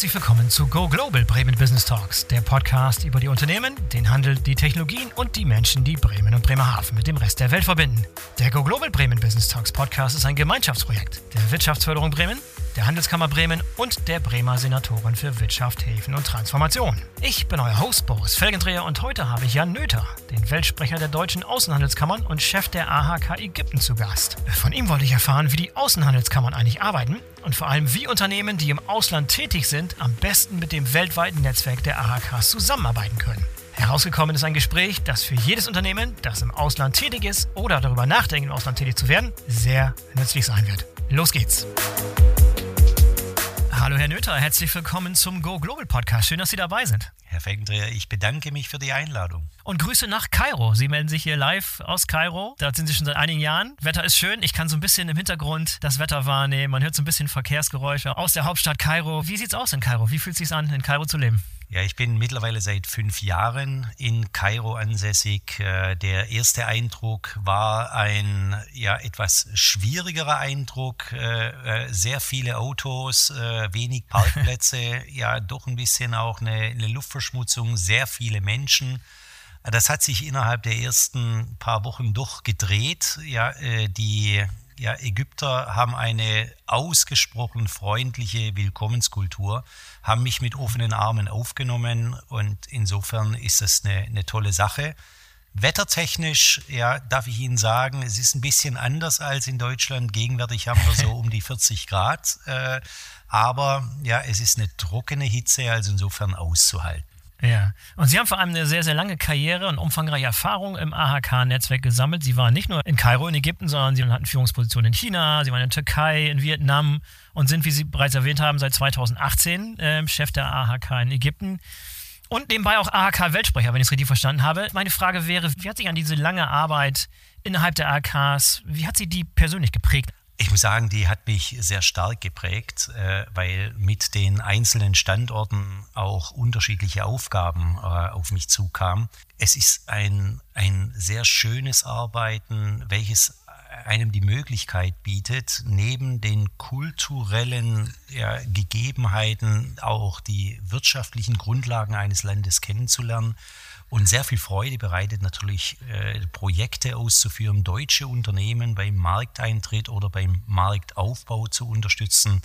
Herzlich willkommen zu Go Global Bremen Business Talks, der Podcast über die Unternehmen, den Handel, die Technologien und die Menschen, die Bremen und Bremerhaven mit dem Rest der Welt verbinden. Der Go Global Bremen Business Talks Podcast ist ein Gemeinschaftsprojekt der Wirtschaftsförderung Bremen, der Handelskammer Bremen und der Bremer Senatorin für Wirtschaft, Häfen und Transformation. Ich bin euer Host Boris Felgendreher und heute habe ich Jan Noether, den Weltsprecher der deutschen Außenhandelskammern und Chef der AHK Ägypten zu Gast. Von ihm wollte ich erfahren, wie die Außenhandelskammern eigentlich arbeiten und vor allem, wie Unternehmen, die im Ausland tätig sind, am besten mit dem weltweiten Netzwerk der AHKs zusammenarbeiten können. Herausgekommen ist ein Gespräch, das für jedes Unternehmen, das im Ausland tätig ist oder darüber nachdenkt, im Ausland tätig zu werden, sehr nützlich sein wird. Los geht's! Hallo Herr Noether, herzlich willkommen zum Go Global Podcast. Schön, dass Sie dabei sind. Herr Felgendreher, ich bedanke mich für die Einladung. Und Grüße nach Kairo. Sie melden sich hier live aus Kairo. Da sind Sie schon seit einigen Jahren. Wetter ist schön. Ich kann so ein bisschen im Hintergrund das Wetter wahrnehmen. Man hört so ein bisschen Verkehrsgeräusche aus der Hauptstadt Kairo. Wie sieht's aus in Kairo? Wie fühlt es sich an, in Kairo zu leben? Ja, ich bin mittlerweile seit 5 Jahren in Kairo ansässig. Der erste Eindruck war ein etwas schwierigerer Eindruck. Sehr viele Autos, wenig Parkplätze, doch ein bisschen auch eine Luftverschmutzung, sehr viele Menschen. Das hat sich innerhalb der ersten paar Wochen doch gedreht. Die Ägypter haben eine ausgesprochen freundliche Willkommenskultur, haben mich mit offenen Armen aufgenommen und insofern ist das eine tolle Sache. Wettertechnisch, darf ich Ihnen sagen, es ist ein bisschen anders als in Deutschland. Gegenwärtig haben wir so um die 40 Grad, aber es ist eine trockene Hitze, also insofern auszuhalten. Ja, und Sie haben vor allem eine sehr, sehr lange Karriere und umfangreiche Erfahrung im AHK-Netzwerk gesammelt. Sie waren nicht nur in Kairo, in Ägypten, sondern Sie hatten Führungspositionen in China, Sie waren in der Türkei, in Vietnam und sind, wie Sie bereits erwähnt haben, seit 2018 Chef der AHK in Ägypten und nebenbei auch AHK-Weltsprecher, wenn ich es richtig verstanden habe. Meine Frage wäre, wie hat sich an diese lange Arbeit innerhalb der AHKs, wie hat sie die persönlich geprägt? Ich muss sagen, die hat mich sehr stark geprägt, weil mit den einzelnen Standorten auch unterschiedliche Aufgaben auf mich zukamen. Es ist ein sehr schönes Arbeiten, welches einem die Möglichkeit bietet, neben den kulturellen Gegebenheiten auch die wirtschaftlichen Grundlagen eines Landes kennenzulernen. Und sehr viel Freude bereitet natürlich Projekte auszuführen, deutsche Unternehmen beim Markteintritt oder beim Marktaufbau zu unterstützen,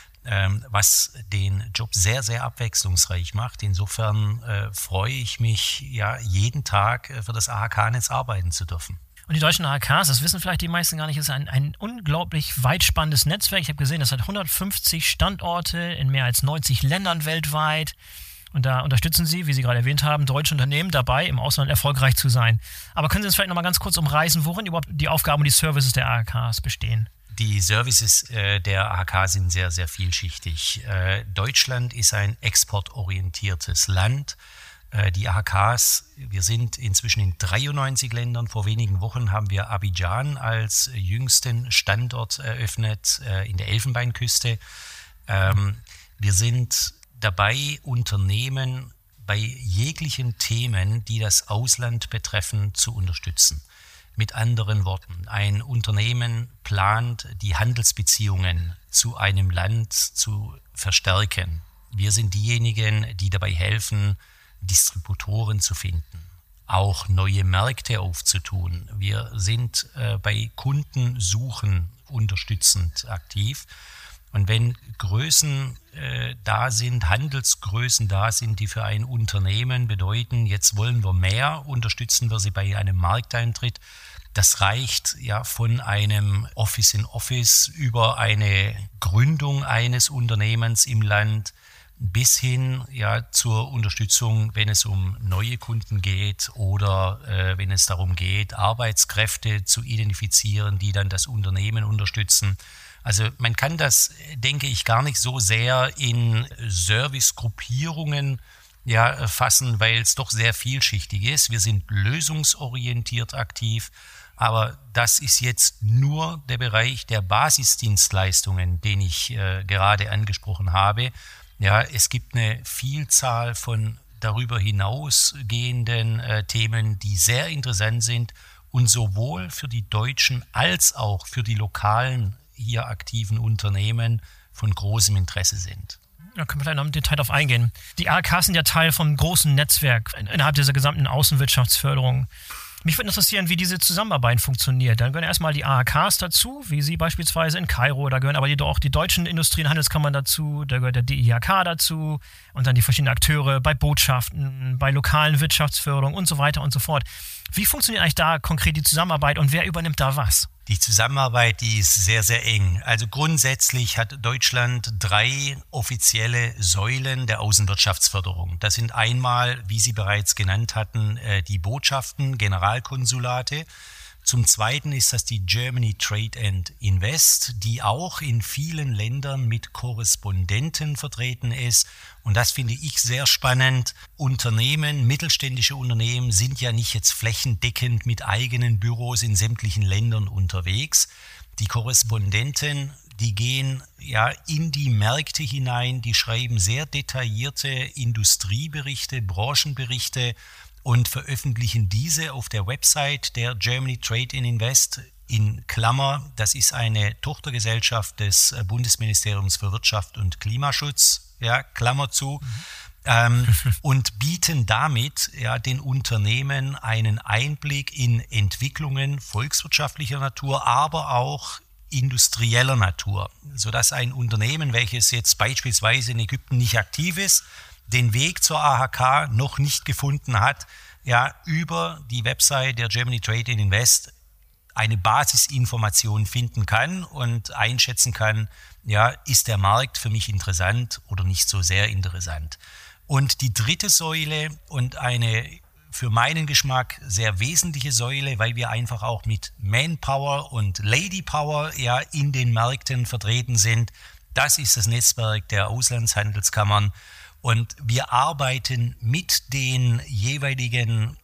was den Job sehr, sehr abwechslungsreich macht. Insofern freue ich mich jeden Tag für das AHK-Netz arbeiten zu dürfen. Und die deutschen AHKs, das wissen vielleicht die meisten gar nicht, ist ein unglaublich weit spannendes Netzwerk. Ich habe gesehen, das hat 150 Standorte in mehr als 90 Ländern weltweit. Und da unterstützen Sie, wie Sie gerade erwähnt haben, deutsche Unternehmen dabei, im Ausland erfolgreich zu sein. Aber können Sie uns vielleicht noch mal ganz kurz umreißen, worin überhaupt die Aufgaben und die Services der AHKs bestehen? Die Services der AHK sind sehr, sehr vielschichtig. Deutschland ist ein exportorientiertes Land. Die AHKs, wir sind inzwischen in 93 Ländern. Vor wenigen Wochen haben wir Abidjan als jüngsten Standort eröffnet in der Elfenbeinküste. Wir sind dabei, Unternehmen bei jeglichen Themen, die das Ausland betreffen, zu unterstützen. Mit anderen Worten, ein Unternehmen plant, die Handelsbeziehungen zu einem Land zu verstärken. Wir sind diejenigen, die dabei helfen, Distributoren zu finden, auch neue Märkte aufzutun. Wir sind bei Kundensuchen unterstützend aktiv. Und wenn Größen da sind, Handelsgrößen da sind, die für ein Unternehmen bedeuten, jetzt wollen wir mehr, unterstützen wir sie bei einem Markteintritt. Das reicht von einem Office in Office über eine Gründung eines Unternehmens im Land bis hin zur Unterstützung, wenn es um neue Kunden geht oder wenn es darum geht, Arbeitskräfte zu identifizieren, die dann das Unternehmen unterstützen. Also man kann das, denke ich, gar nicht so sehr in Servicegruppierungen fassen, weil es doch sehr vielschichtig ist. Wir sind lösungsorientiert aktiv, aber das ist jetzt nur der Bereich der Basisdienstleistungen, den ich gerade angesprochen habe. Ja, es gibt eine Vielzahl von darüber hinausgehenden Themen, die sehr interessant sind und sowohl für die Deutschen als auch für die lokalen hier aktiven Unternehmen von großem Interesse sind. Da können wir gleich noch im Detail drauf eingehen. Die AHKs sind ja Teil vom großen Netzwerk innerhalb dieser gesamten Außenwirtschaftsförderung. Mich würde interessieren, wie diese Zusammenarbeit funktioniert. Dann gehören erstmal die AHKs dazu, wie Sie beispielsweise in Kairo. Da gehören aber auch die deutschen Industrie- und Handelskammern dazu. Da gehört der DIHK dazu und dann die verschiedenen Akteure bei Botschaften, bei lokalen Wirtschaftsförderung und so weiter und so fort. Wie funktioniert eigentlich da konkret die Zusammenarbeit und wer übernimmt da was? Die Zusammenarbeit, die ist sehr, sehr eng. Also grundsätzlich hat Deutschland 3 offizielle Säulen der Außenwirtschaftsförderung. Das sind einmal, wie Sie bereits genannt hatten, die Botschaften, Generalkonsulate. Zum Zweiten ist das die Germany Trade and Invest, die auch in vielen Ländern mit Korrespondenten vertreten ist. Und das finde ich sehr spannend. Unternehmen, mittelständische Unternehmen sind ja nicht jetzt flächendeckend mit eigenen Büros in sämtlichen Ländern unterwegs. Die Korrespondenten, die gehen ja in die Märkte hinein, die schreiben sehr detaillierte Industrieberichte, Branchenberichte und veröffentlichen diese auf der Website der Germany Trade and Invest in Klammer. Das ist eine Tochtergesellschaft des Bundesministeriums für Wirtschaft und Klimaschutz, ja, Klammer zu, und bieten damit den Unternehmen einen Einblick in Entwicklungen volkswirtschaftlicher Natur, aber auch industrieller Natur, sodass ein Unternehmen, welches jetzt beispielsweise in Ägypten nicht aktiv ist, den Weg zur AHK noch nicht gefunden hat, über die Website der Germany Trade and Invest eine Basisinformation finden kann und einschätzen kann, ist der Markt für mich interessant oder nicht so sehr interessant. Und die dritte Säule und eine für meinen Geschmack sehr wesentliche Säule, weil wir einfach auch mit Manpower und Ladypower in den Märkten vertreten sind, das ist das Netzwerk der Auslandshandelskammern. Und wir arbeiten mit den jeweiligen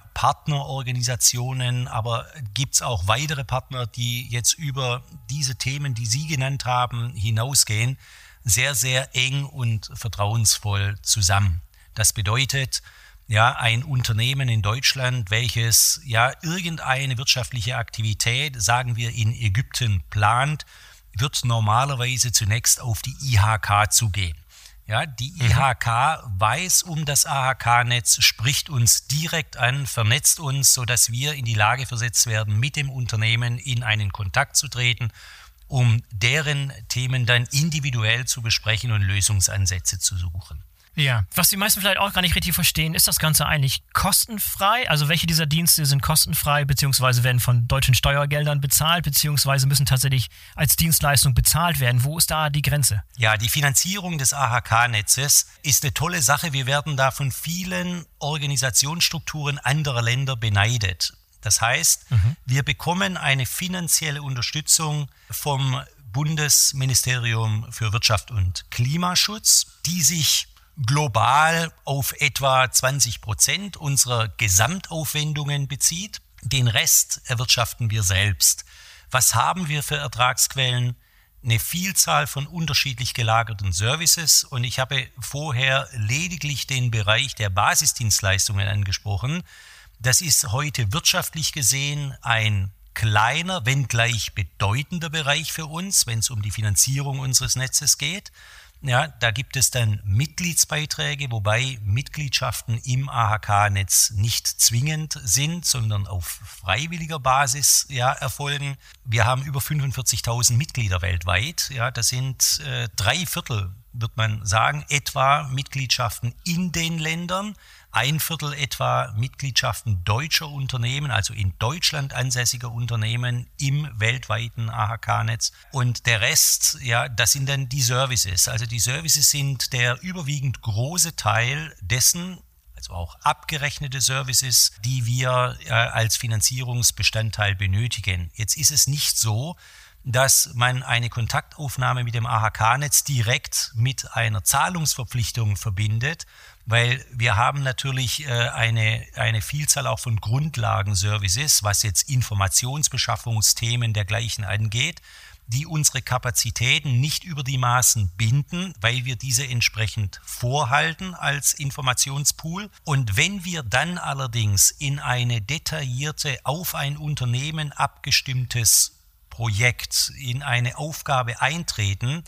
Partnerorganisationen, aber gibt es auch weitere Partner, die jetzt über diese Themen, die Sie genannt haben, hinausgehen, sehr, sehr eng und vertrauensvoll zusammen. Das bedeutet, ein Unternehmen in Deutschland, welches irgendeine wirtschaftliche Aktivität, sagen wir in Ägypten, plant, wird normalerweise zunächst auf die IHK zugehen. Die IHK weiß um das AHK-Netz, spricht uns direkt an, vernetzt uns, sodass wir in die Lage versetzt werden, mit dem Unternehmen in einen Kontakt zu treten, um deren Themen dann individuell zu besprechen und Lösungsansätze zu suchen. Ja, was die meisten vielleicht auch gar nicht richtig verstehen, ist das Ganze eigentlich kostenfrei? Also welche dieser Dienste sind kostenfrei, beziehungsweise werden von deutschen Steuergeldern bezahlt, beziehungsweise müssen tatsächlich als Dienstleistung bezahlt werden? Wo ist da die Grenze? Ja, die Finanzierung des AHK-Netzes ist eine tolle Sache. Wir werden da von vielen Organisationsstrukturen anderer Länder beneidet. Das heißt, wir bekommen eine finanzielle Unterstützung vom Bundesministerium für Wirtschaft und Klimaschutz, die sich global auf etwa 20% unserer Gesamtaufwendungen bezieht. Den Rest erwirtschaften wir selbst. Was haben wir für Ertragsquellen? Eine Vielzahl von unterschiedlich gelagerten Services, und ich habe vorher lediglich den Bereich der Basisdienstleistungen angesprochen. Das ist heute wirtschaftlich gesehen ein kleiner, wenngleich bedeutender Bereich für uns, wenn es um die Finanzierung unseres Netzes geht. Da gibt es dann Mitgliedsbeiträge, wobei Mitgliedschaften im AHK-Netz nicht zwingend sind, sondern auf freiwilliger Basis erfolgen. Wir haben über 45.000 Mitglieder weltweit. Das sind 3/4, wird man sagen, etwa Mitgliedschaften in den Ländern. 1/4 etwa Mitgliedschaften deutscher Unternehmen, also in Deutschland ansässiger Unternehmen im weltweiten AHK-Netz. Und der Rest, das sind dann die Services. Also die Services sind der überwiegend große Teil dessen, also auch abgerechnete Services, die wir als Finanzierungsbestandteil benötigen. Jetzt ist es nicht so, dass man eine Kontaktaufnahme mit dem AHK-Netz direkt mit einer Zahlungsverpflichtung verbindet, weil wir haben natürlich eine Vielzahl auch von Grundlagenservices, was jetzt Informationsbeschaffungsthemen dergleichen angeht, die unsere Kapazitäten nicht über die Maßen binden, weil wir diese entsprechend vorhalten als Informationspool. Und wenn wir dann allerdings in eine detaillierte, auf ein Unternehmen abgestimmtes Projekt, in eine Aufgabe eintreten,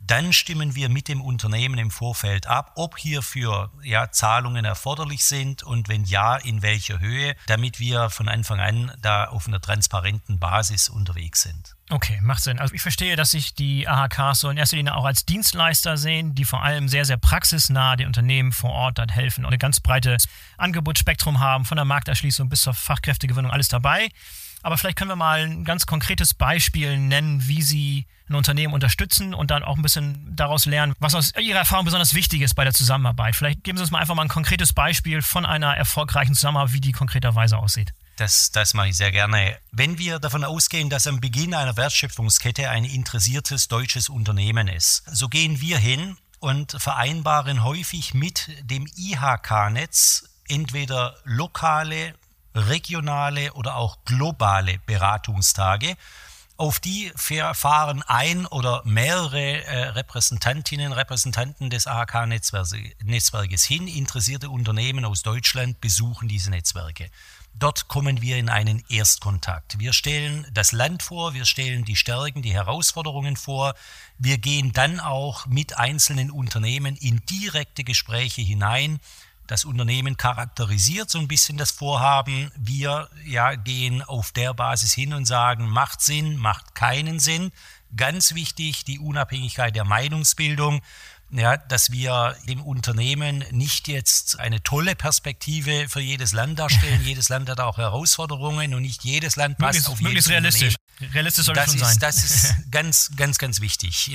Dann stimmen wir mit dem Unternehmen im Vorfeld ab, ob hierfür Zahlungen erforderlich sind und wenn ja, in welcher Höhe, damit wir von Anfang an da auf einer transparenten Basis unterwegs sind. Okay, macht Sinn. Also ich verstehe, dass sich die AHKs so in erster Linie auch als Dienstleister sehen, die vor allem sehr, sehr praxisnah den Unternehmen vor Ort dann helfen und ein ganz breites Angebotsspektrum haben, von der Markterschließung bis zur Fachkräftegewinnung, alles dabei. Aber vielleicht können wir mal ein ganz konkretes Beispiel nennen, wie Sie ein Unternehmen unterstützen und dann auch ein bisschen daraus lernen, was aus Ihrer Erfahrung besonders wichtig ist bei der Zusammenarbeit. Vielleicht geben Sie uns mal einfach mal ein konkretes Beispiel von einer erfolgreichen Zusammenarbeit, wie die konkreterweise aussieht. Das mache ich sehr gerne. Wenn wir davon ausgehen, dass am Beginn einer Wertschöpfungskette ein interessiertes deutsches Unternehmen ist, so gehen wir hin und vereinbaren häufig mit dem IHK-Netz entweder lokale, regionale oder auch globale Beratungstage. Auf die fahren ein oder mehrere Repräsentanten des AHK-Netzwerkes hin. Interessierte Unternehmen aus Deutschland besuchen diese Netzwerke. Dort kommen wir in einen Erstkontakt. Wir stellen das Land vor, wir stellen die Stärken, die Herausforderungen vor. Wir gehen dann auch mit einzelnen Unternehmen in direkte Gespräche hinein. Das Unternehmen charakterisiert so ein bisschen das Vorhaben. Wir gehen auf der Basis hin und sagen, macht Sinn, macht keinen Sinn. Ganz wichtig, die Unabhängigkeit der Meinungsbildung. Dass wir dem Unternehmen nicht jetzt eine tolle Perspektive für jedes Land darstellen. Jedes Land hat auch Herausforderungen und nicht jedes Land passt auf jedes realistisch. Realistisch soll es schon sein. Das ist ganz, ganz, ganz wichtig.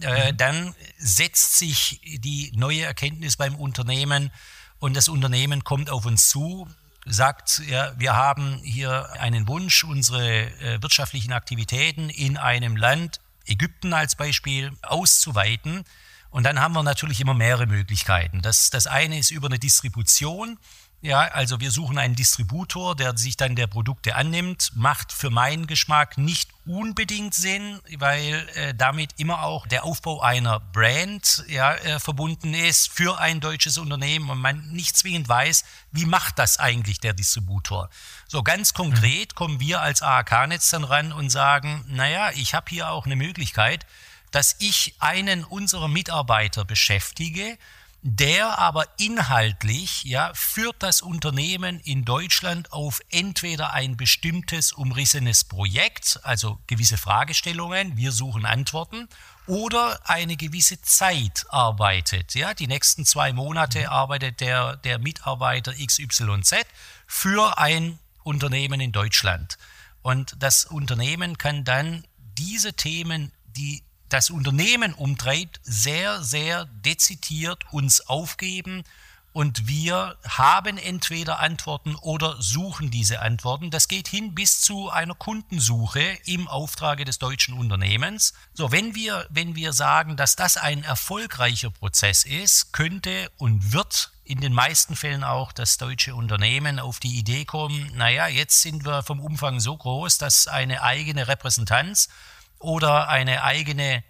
Dann setzt sich die neue Erkenntnis beim Unternehmen und das Unternehmen kommt auf uns zu, sagt, wir haben hier einen Wunsch, unsere wirtschaftlichen Aktivitäten in einem Land, Ägypten als Beispiel, auszuweiten. Und dann haben wir natürlich immer mehrere Möglichkeiten. Das eine ist über eine Distribution. Also wir suchen einen Distributor, der sich dann der Produkte annimmt. Macht für meinen Geschmack nicht unbedingt Sinn, weil damit immer auch der Aufbau einer Brand verbunden ist für ein deutsches Unternehmen und man nicht zwingend weiß, wie macht das eigentlich der Distributor. So ganz konkret kommen wir als AHK-Netz dann ran und sagen, ich habe hier auch eine Möglichkeit, dass ich einen unserer Mitarbeiter beschäftige, der aber inhaltlich führt das Unternehmen in Deutschland auf entweder ein bestimmtes umrissenes Projekt, also gewisse Fragestellungen, wir suchen Antworten, oder eine gewisse Zeit arbeitet. Die nächsten 2 Monate arbeitet der Mitarbeiter XYZ für ein Unternehmen in Deutschland. Und das Unternehmen kann dann diese Themen, die das Unternehmen umtreibt, sehr, sehr dezidiert uns aufgeben und wir haben entweder Antworten oder suchen diese Antworten. Das geht hin bis zu einer Kundensuche im Auftrage des deutschen Unternehmens. So, wenn wir sagen, dass das ein erfolgreicher Prozess ist, könnte und wird in den meisten Fällen auch das deutsche Unternehmen auf die Idee kommen, jetzt sind wir vom Umfang so groß, dass eine eigene Repräsentanz oder eine eigene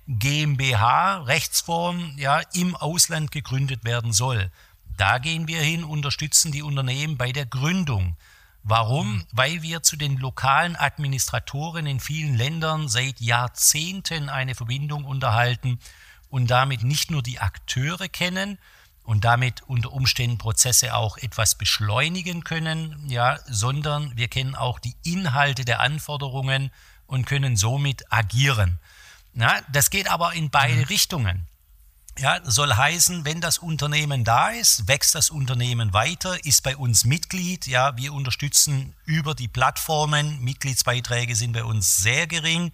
GmbH-Rechtsform im Ausland gegründet werden soll. Da gehen wir hin, unterstützen die Unternehmen bei der Gründung. Warum? Weil wir zu den lokalen Administratoren in vielen Ländern seit Jahrzehnten eine Verbindung unterhalten und damit nicht nur die Akteure kennen und damit unter Umständen Prozesse auch etwas beschleunigen können, sondern wir kennen auch die Inhalte der Anforderungen und können somit agieren. Das geht aber in beide Richtungen. Soll heißen, wenn das Unternehmen da ist, wächst das Unternehmen weiter, ist bei uns Mitglied. Wir unterstützen über die Plattformen. Mitgliedsbeiträge sind bei uns sehr gering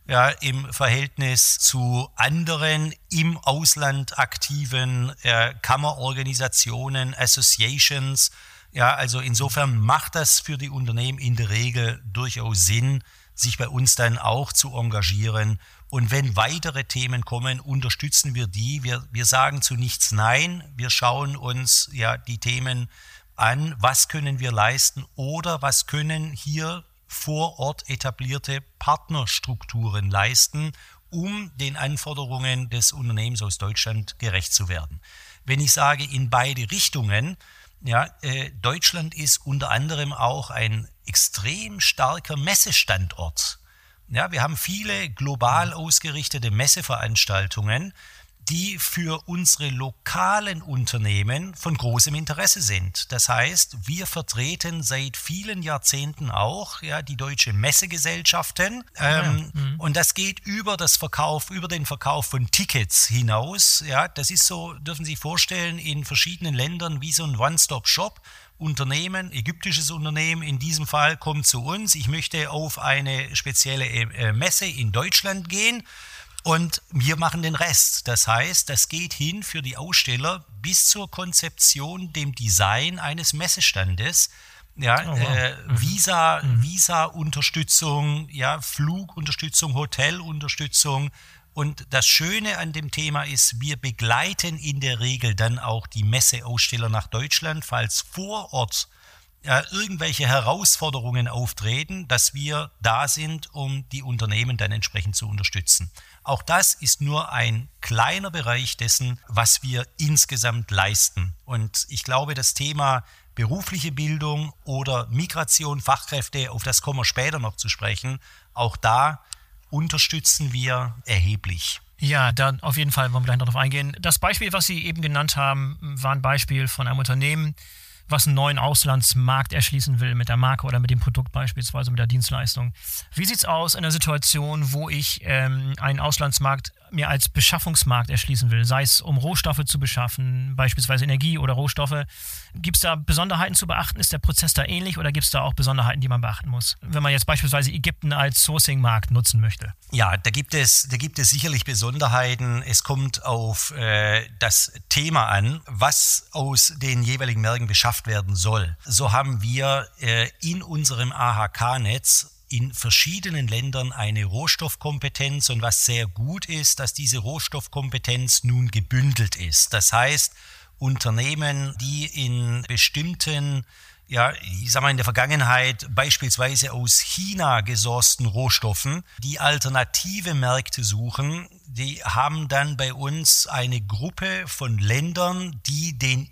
im Verhältnis zu anderen im Ausland aktiven Kammerorganisationen, Associations. Also insofern macht das für die Unternehmen in der Regel durchaus Sinn, sich bei uns dann auch zu engagieren. Und wenn weitere Themen kommen, unterstützen wir die. Wir sagen zu nichts Nein. Wir schauen uns die Themen an. Was können wir leisten oder was können hier vor Ort etablierte Partnerstrukturen leisten, um den Anforderungen des Unternehmens aus Deutschland gerecht zu werden. Wenn ich sage in beide Richtungen, Deutschland ist unter anderem auch ein extrem starker Messestandort. Ja, wir haben viele global ausgerichtete Messeveranstaltungen, die für unsere lokalen Unternehmen von großem Interesse sind. Das heißt, wir vertreten seit vielen Jahrzehnten auch die deutsche Messegesellschaften. Und das geht über den Verkauf von Tickets hinaus. Ja, das ist so, dürfen Sie sich vorstellen, in verschiedenen Ländern wie so ein One-Stop-Shop. Unternehmen, ägyptisches Unternehmen in diesem Fall, kommt zu uns. Ich möchte auf eine spezielle Messe in Deutschland gehen. Und wir machen den Rest. Das heißt, das geht hin für die Aussteller bis zur Konzeption, dem Design eines Messestandes. Visa-Unterstützung, Flugunterstützung, Hotelunterstützung. Und das Schöne an dem Thema ist, wir begleiten in der Regel dann auch die Messeaussteller nach Deutschland, falls vor Ort irgendwelche Herausforderungen auftreten, dass wir da sind, um die Unternehmen dann entsprechend zu unterstützen. Auch das ist nur ein kleiner Bereich dessen, was wir insgesamt leisten. Und ich glaube, das Thema berufliche Bildung oder Migration, Fachkräfte, auf das kommen wir später noch zu sprechen, auch da unterstützen wir erheblich. Ja, da auf jeden Fall wollen wir gleich noch darauf eingehen. Das Beispiel, was Sie eben genannt haben, war ein Beispiel von einem Unternehmen, was einen neuen Auslandsmarkt erschließen will mit der Marke oder mit dem Produkt beispielsweise, mit der Dienstleistung. Wie sieht es aus in einer Situation, wo ich einen Auslandsmarkt mir als Beschaffungsmarkt erschließen will, sei es um Rohstoffe zu beschaffen, beispielsweise Energie oder Rohstoffe? Gibt es da Besonderheiten zu beachten? Ist der Prozess da ähnlich oder gibt es da auch Besonderheiten, die man beachten muss, wenn man jetzt beispielsweise Ägypten als Sourcing-Markt nutzen möchte? Ja, da gibt es sicherlich Besonderheiten. Es kommt auf das Thema an, was aus den jeweiligen Märkten beschafft werden soll. So haben wir in unserem AHK-Netz in verschiedenen Ländern eine Rohstoffkompetenz, und was sehr gut ist, dass diese Rohstoffkompetenz nun gebündelt ist. Das heißt, Unternehmen, die in bestimmten, in der Vergangenheit beispielsweise aus China gesourcten Rohstoffen, die alternative Märkte suchen, die haben dann bei uns eine Gruppe von Ländern, die den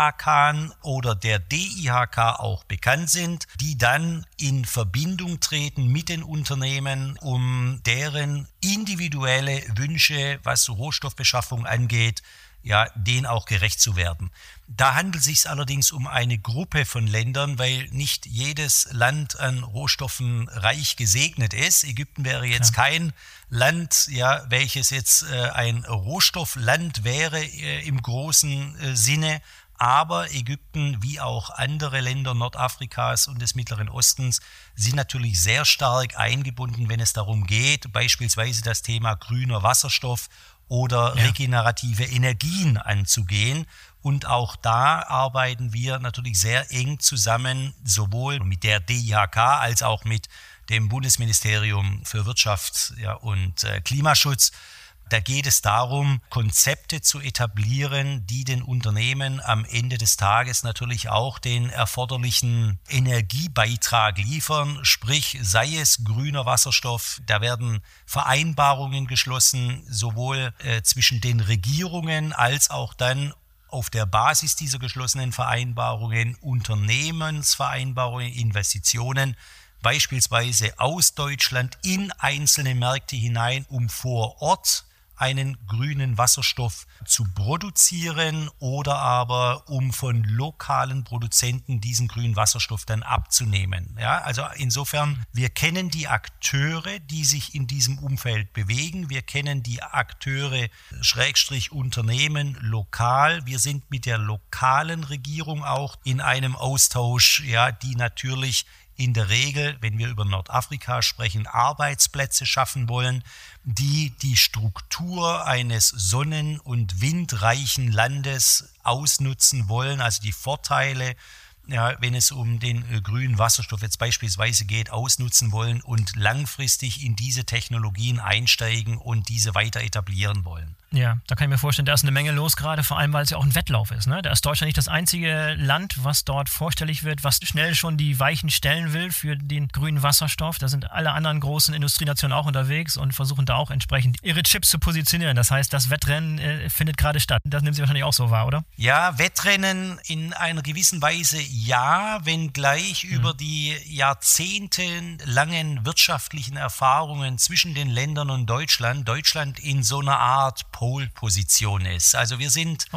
IHK oder der DIHK auch bekannt sind, die dann in Verbindung treten mit den Unternehmen, um deren individuelle Wünsche, was Rohstoffbeschaffung angeht, denen auch gerecht zu werden. Da handelt es sich allerdings um eine Gruppe von Ländern, weil nicht jedes Land an Rohstoffen reich gesegnet ist. Ägypten wäre jetzt kein Land, welches jetzt ein Rohstoffland wäre im großen Sinne. Aber Ägypten, wie auch andere Länder Nordafrikas und des Mittleren Ostens, sind natürlich sehr stark eingebunden, wenn es darum geht, beispielsweise das Thema grüner Wasserstoff oder regenerative Energien anzugehen. Und auch da arbeiten wir natürlich sehr eng zusammen, sowohl mit der DIHK als auch mit dem Bundesministerium für Wirtschaft und Klimaschutz. Da geht es darum, Konzepte zu etablieren, die den Unternehmen am Ende des Tages natürlich auch den erforderlichen Energiebeitrag liefern, sprich sei es grüner Wasserstoff. Da werden Vereinbarungen geschlossen, sowohl zwischen den Regierungen als auch dann auf der Basis dieser geschlossenen Vereinbarungen, Unternehmensvereinbarungen, Investitionen, beispielsweise aus Deutschland in einzelne Märkte hinein, um vor Ort einen grünen Wasserstoff zu produzieren oder aber um von lokalen Produzenten diesen grünen Wasserstoff dann abzunehmen. Also insofern, wir kennen die Akteure, die sich in diesem Umfeld bewegen. Wir kennen die Akteure, Unternehmen, lokal. Wir sind mit der lokalen Regierung auch in einem Austausch, die natürlich in der Regel, wenn wir über Nordafrika sprechen, Arbeitsplätze schaffen wollen, die die Struktur eines sonnen- und windreichen Landes ausnutzen wollen, also die Vorteile, wenn es um den grünen Wasserstoff jetzt beispielsweise geht, ausnutzen wollen und langfristig in diese Technologien einsteigen und diese weiter etablieren wollen. Ja, da kann ich mir vorstellen, da ist eine Menge los gerade, vor allem, weil es ja auch ein Wettlauf ist. Ne? Da ist Deutschland nicht das einzige Land, was dort vorstellig wird, was schnell schon die Weichen stellen will für den grünen Wasserstoff. Da sind alle anderen großen Industrienationen auch unterwegs und versuchen da auch entsprechend ihre Chips zu positionieren. Das heißt, das Wettrennen findet gerade statt. Das nehmen Sie wahrscheinlich auch so wahr, oder? Ja, Wettrennen in einer gewissen Weise ja, wenngleich über die jahrzehntelangen wirtschaftlichen Erfahrungen zwischen den Ländern und Deutschland in so einer Art Pole-Position ist. Also wir sind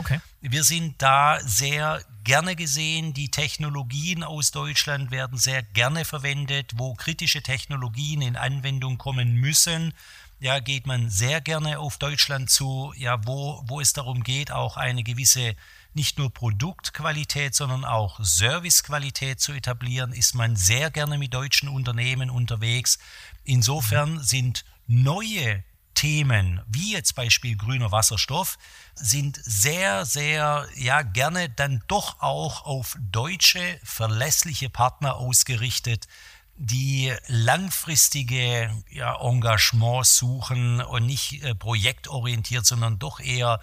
da sehr gerne gesehen. Die Technologien aus Deutschland werden sehr gerne verwendet. Wo kritische Technologien in Anwendung kommen müssen, ja, geht man sehr gerne auf Deutschland zu, ja, wo es darum geht, auch eine gewisse nicht nur Produktqualität, sondern auch Servicequalität zu etablieren, ist man sehr gerne mit deutschen Unternehmen unterwegs. Insofern sind neue Themen, wie jetzt Beispiel grüner Wasserstoff, sind sehr, sehr gerne dann doch auch auf deutsche, verlässliche Partner ausgerichtet, die langfristige Engagements suchen und nicht projektorientiert, sondern doch eher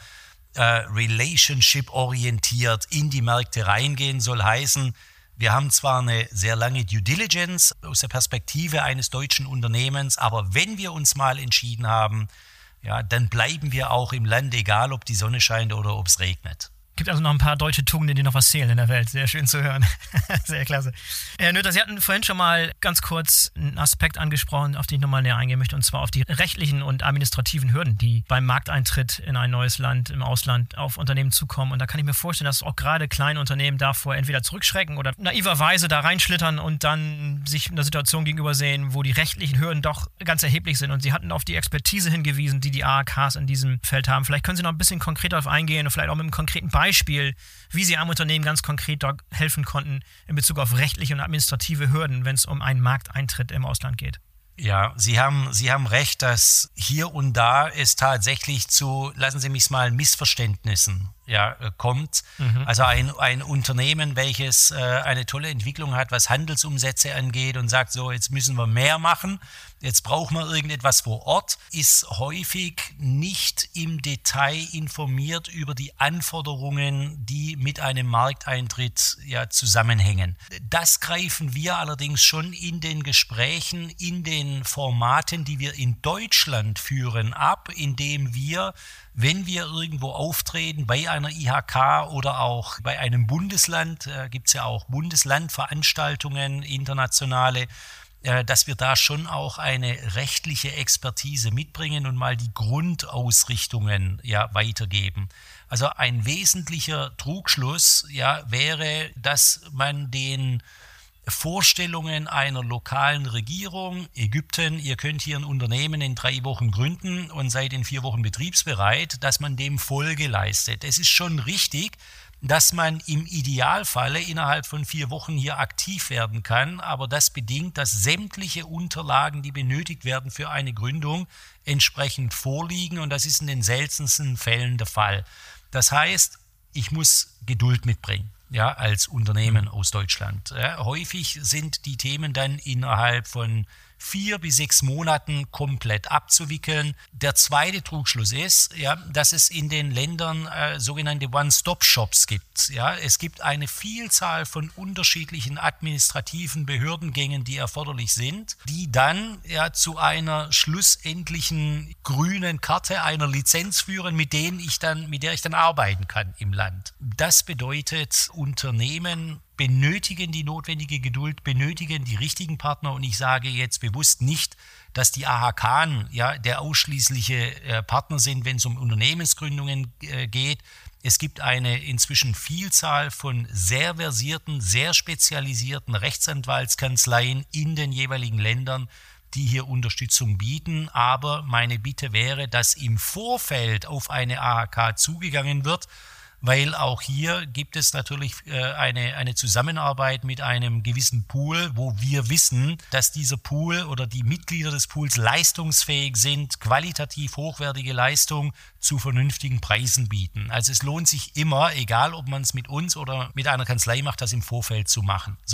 relationship-orientiert in die Märkte reingehen. Soll heißen, wir haben zwar eine sehr lange Due Diligence aus der Perspektive eines deutschen Unternehmens, aber wenn wir uns mal entschieden haben, ja, dann bleiben wir auch im Land, egal ob die Sonne scheint oder ob es regnet. Gibt also noch ein paar deutsche Tugenden, die noch was zählen in der Welt. Sehr schön zu hören. Sehr klasse. Herr Noether, Sie hatten vorhin schon mal ganz kurz einen Aspekt angesprochen, auf den ich nochmal näher eingehen möchte, und zwar auf die rechtlichen und administrativen Hürden, die beim Markteintritt in ein neues Land, im Ausland, auf Unternehmen zukommen. Und da kann ich mir vorstellen, dass auch gerade kleine Unternehmen davor entweder zurückschrecken oder naiverweise da reinschlittern und dann sich einer Situation gegenüber sehen, wo die rechtlichen Hürden doch ganz erheblich sind. Und Sie hatten auf die Expertise hingewiesen, die AHKs in diesem Feld haben. Vielleicht können Sie noch ein bisschen konkreter darauf eingehen und vielleicht auch mit einem konkreten Beispiel, wie Sie einem Unternehmen ganz konkret dort helfen konnten in Bezug auf rechtliche und administrative Hürden, wenn es um einen Markteintritt im Ausland geht. Ja, Sie haben recht, dass hier und da es tatsächlich zu, lassen Sie mich mal, Missverständnissen kommt. Also ein Unternehmen, welches eine tolle Entwicklung hat, was Handelsumsätze angeht und sagt, so, jetzt müssen wir mehr machen, jetzt brauchen wir irgendetwas vor Ort, ist häufig nicht im Detail informiert über die Anforderungen, die mit einem Markteintritt zusammenhängen. Das greifen wir allerdings schon in den Gesprächen, in den Formaten, die wir in Deutschland führen, ab, indem wir, wenn wir irgendwo auftreten, bei einer IHK oder auch bei einem Bundesland, gibt es ja auch Bundeslandveranstaltungen, internationale, dass wir da schon auch eine rechtliche Expertise mitbringen und mal die Grundausrichtungen weitergeben. Also ein wesentlicher Trugschluss wäre, dass man den Vorstellungen einer lokalen Regierung, Ägypten, ihr könnt hier ein Unternehmen in 3 Wochen gründen und seid in 4 Wochen betriebsbereit, dass man dem Folge leistet. Es ist schon richtig, dass man im Idealfalle innerhalb von 4 Wochen hier aktiv werden kann, aber das bedingt, dass sämtliche Unterlagen, die benötigt werden für eine Gründung, entsprechend vorliegen, und das ist in den seltensten Fällen der Fall. Das heißt, ich muss Geduld mitbringen. Als Unternehmen aus Deutschland. Häufig sind die Themen dann innerhalb von 4 bis 6 Monaten komplett abzuwickeln. Der zweite Trugschluss ist, dass es in den Ländern sogenannte One-Stop-Shops gibt. Es gibt eine Vielzahl von unterschiedlichen administrativen Behördengängen, die erforderlich sind, die dann zu einer schlussendlichen grünen Karte, einer Lizenz führen, mit der ich dann arbeiten kann im Land. Das bedeutet, Unternehmen benötigen die notwendige Geduld, benötigen die richtigen Partner, und ich sage jetzt bewusst nicht, dass die AHK der ausschließliche Partner sind, wenn es um Unternehmensgründungen geht. Es gibt eine inzwischen Vielzahl von sehr versierten, sehr spezialisierten Rechtsanwaltskanzleien in den jeweiligen Ländern, die hier Unterstützung bieten, aber meine Bitte wäre, dass im Vorfeld auf eine AHK zugegangen wird, weil auch hier gibt es natürlich eine Zusammenarbeit mit einem gewissen Pool, wo wir wissen, dass dieser Pool oder die Mitglieder des Pools leistungsfähig sind, qualitativ hochwertige Leistung zu vernünftigen Preisen bieten. Also es lohnt sich immer, egal ob man es mit uns oder mit einer Kanzlei macht, das im Vorfeld zu machen. So,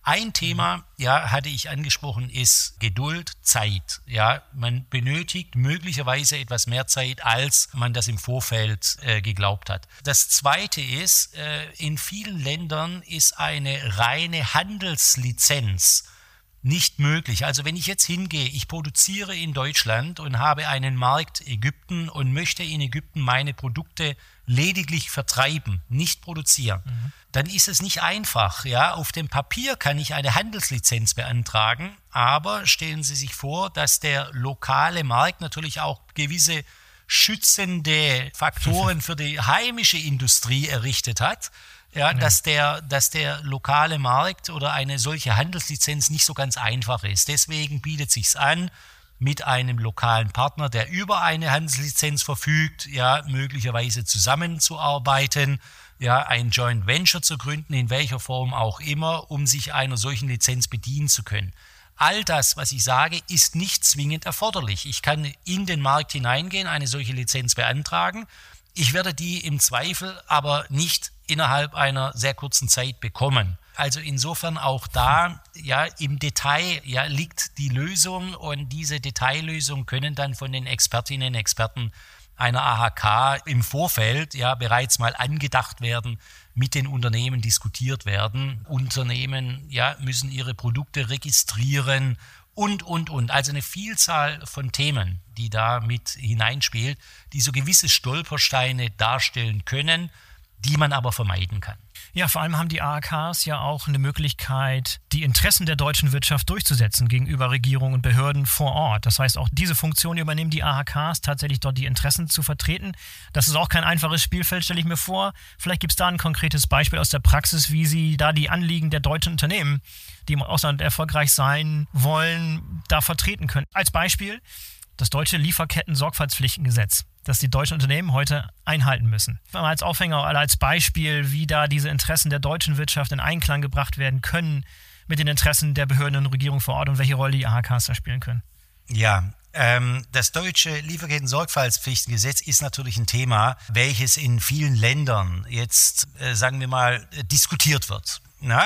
Ein Thema, ja, hatte ich angesprochen, ist Geduld, Zeit. Ja, man benötigt möglicherweise etwas mehr Zeit, als man das im Vorfeld geglaubt hat. Das Zweite ist, in vielen Ländern ist eine reine Handelslizenz nicht möglich. Also wenn ich jetzt hingehe, ich produziere in Deutschland und habe einen Markt Ägypten und möchte in Ägypten meine Produkte lediglich vertreiben, nicht produzieren, dann ist es nicht einfach. Ja? Auf dem Papier kann ich eine Handelslizenz beantragen, aber stellen Sie sich vor, dass der lokale Markt natürlich auch gewisse schützende Faktoren für die heimische Industrie errichtet hat. Ja, dass der lokale Markt oder eine solche Handelslizenz nicht so ganz einfach ist. Deswegen bietet es sich an, mit einem lokalen Partner, der über eine Handelslizenz verfügt, ja, möglicherweise zusammenzuarbeiten, ja, ein Joint Venture zu gründen, in welcher Form auch immer, um sich einer solchen Lizenz bedienen zu können. All das, was ich sage, ist nicht zwingend erforderlich. Ich kann in den Markt hineingehen, eine solche Lizenz beantragen. Ich werde die im Zweifel aber nicht innerhalb einer sehr kurzen Zeit bekommen. Also insofern auch da, ja, im Detail, ja, liegt die Lösung, und diese Detaillösung können dann von den Expertinnen und Experten einer AHK im Vorfeld, ja, bereits mal angedacht werden, mit den Unternehmen diskutiert werden. Unternehmen, ja, müssen ihre Produkte registrieren und. Also eine Vielzahl von Themen, die da mit hineinspielt, die so gewisse Stolpersteine darstellen können, die man aber vermeiden kann. Ja, vor allem haben die AHKs ja auch eine Möglichkeit, die Interessen der deutschen Wirtschaft durchzusetzen gegenüber Regierung und Behörden vor Ort. Das heißt, auch diese Funktion übernehmen die AHKs, tatsächlich dort die Interessen zu vertreten. Das ist auch kein einfaches Spielfeld, stelle ich mir vor. Vielleicht gibt es da ein konkretes Beispiel aus der Praxis, wie Sie da die Anliegen der deutschen Unternehmen, die im Ausland erfolgreich sein wollen, da vertreten können. Als Beispiel das deutsche Lieferketten-Sorgfaltspflichtengesetz, das die deutschen Unternehmen heute einhalten müssen. Als Aufhänger oder als Beispiel, wie da diese Interessen der deutschen Wirtschaft in Einklang gebracht werden können mit den Interessen der Behörden und Regierung vor Ort und welche Rolle die AHKs da spielen können. Ja, das deutsche Lieferketten-Sorgfaltspflichtengesetz ist natürlich ein Thema, welches in vielen Ländern jetzt, sagen wir mal, diskutiert wird.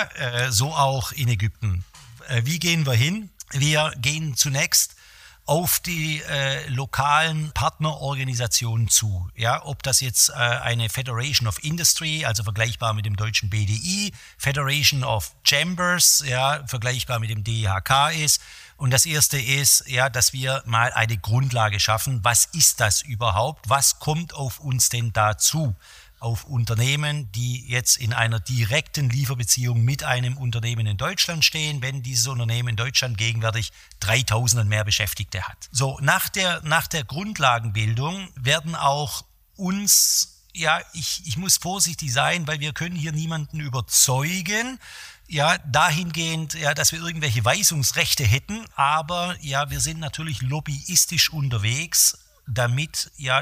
So auch in Ägypten. Wie gehen wir hin? Wir gehen zunächst auf die lokalen Partnerorganisationen zu. Ja, ob das jetzt eine Federation of Industry, also vergleichbar mit dem deutschen BDI, Federation of Chambers, ja, vergleichbar mit dem DIHK ist. Und das erste ist, ja, dass wir mal eine Grundlage schaffen. Was ist das überhaupt? Was kommt auf uns denn dazu? Auf Unternehmen, die jetzt in einer direkten Lieferbeziehung mit einem Unternehmen in Deutschland stehen, wenn dieses Unternehmen in Deutschland gegenwärtig 3000 und mehr Beschäftigte hat. So, nach der Grundlagenbildung werden auch uns, ja, ich muss vorsichtig sein, weil wir können hier niemanden überzeugen, ja, dahingehend, ja, dass wir irgendwelche Weisungsrechte hätten, aber ja, wir sind natürlich lobbyistisch unterwegs, damit ja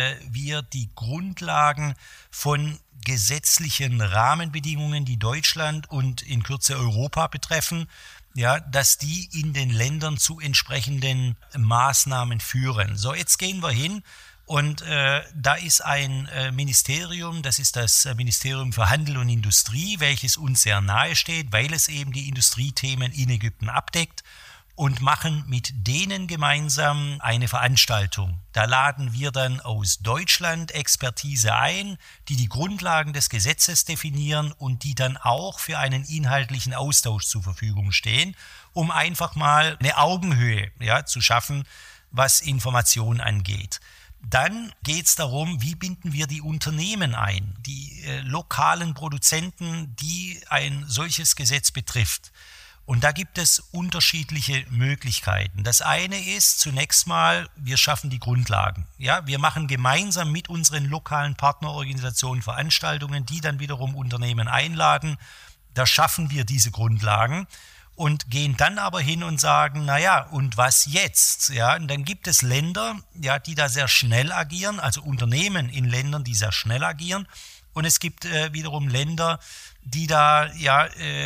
wir die Grundlagen von gesetzlichen Rahmenbedingungen, die Deutschland und in Kürze Europa betreffen, ja, dass die in den Ländern zu entsprechenden Maßnahmen führen. So, jetzt gehen wir hin und da ist ein Ministerium, das ist das Ministerium für Handel und Industrie, welches uns sehr nahe steht, weil es eben die Industriethemen in Ägypten abdeckt. Und machen mit denen gemeinsam eine Veranstaltung. Da laden wir dann aus Deutschland Expertise ein, die die Grundlagen des Gesetzes definieren und die dann auch für einen inhaltlichen Austausch zur Verfügung stehen, um einfach mal eine Augenhöhe, ja, zu schaffen, was Information angeht. Dann geht es darum, wie binden wir die Unternehmen ein, die lokalen Produzenten, die ein solches Gesetz betrifft. Und da gibt es unterschiedliche Möglichkeiten. Das eine ist zunächst mal, wir schaffen die Grundlagen. Ja, wir machen gemeinsam mit unseren lokalen Partnerorganisationen Veranstaltungen, die dann wiederum Unternehmen einladen. Da schaffen wir diese Grundlagen und gehen dann aber hin und sagen, naja, und was jetzt? Ja, und dann gibt es Länder, ja, die da sehr schnell agieren, also Unternehmen in Ländern, die sehr schnell agieren. Und es gibt wiederum Länder, die da, ja,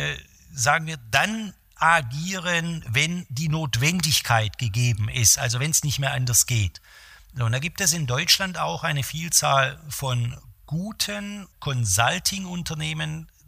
sagen wir, dann agieren, wenn die Notwendigkeit gegeben ist, also wenn es nicht mehr anders geht. Und da gibt es in Deutschland auch eine Vielzahl von guten Consulting-Unternehmen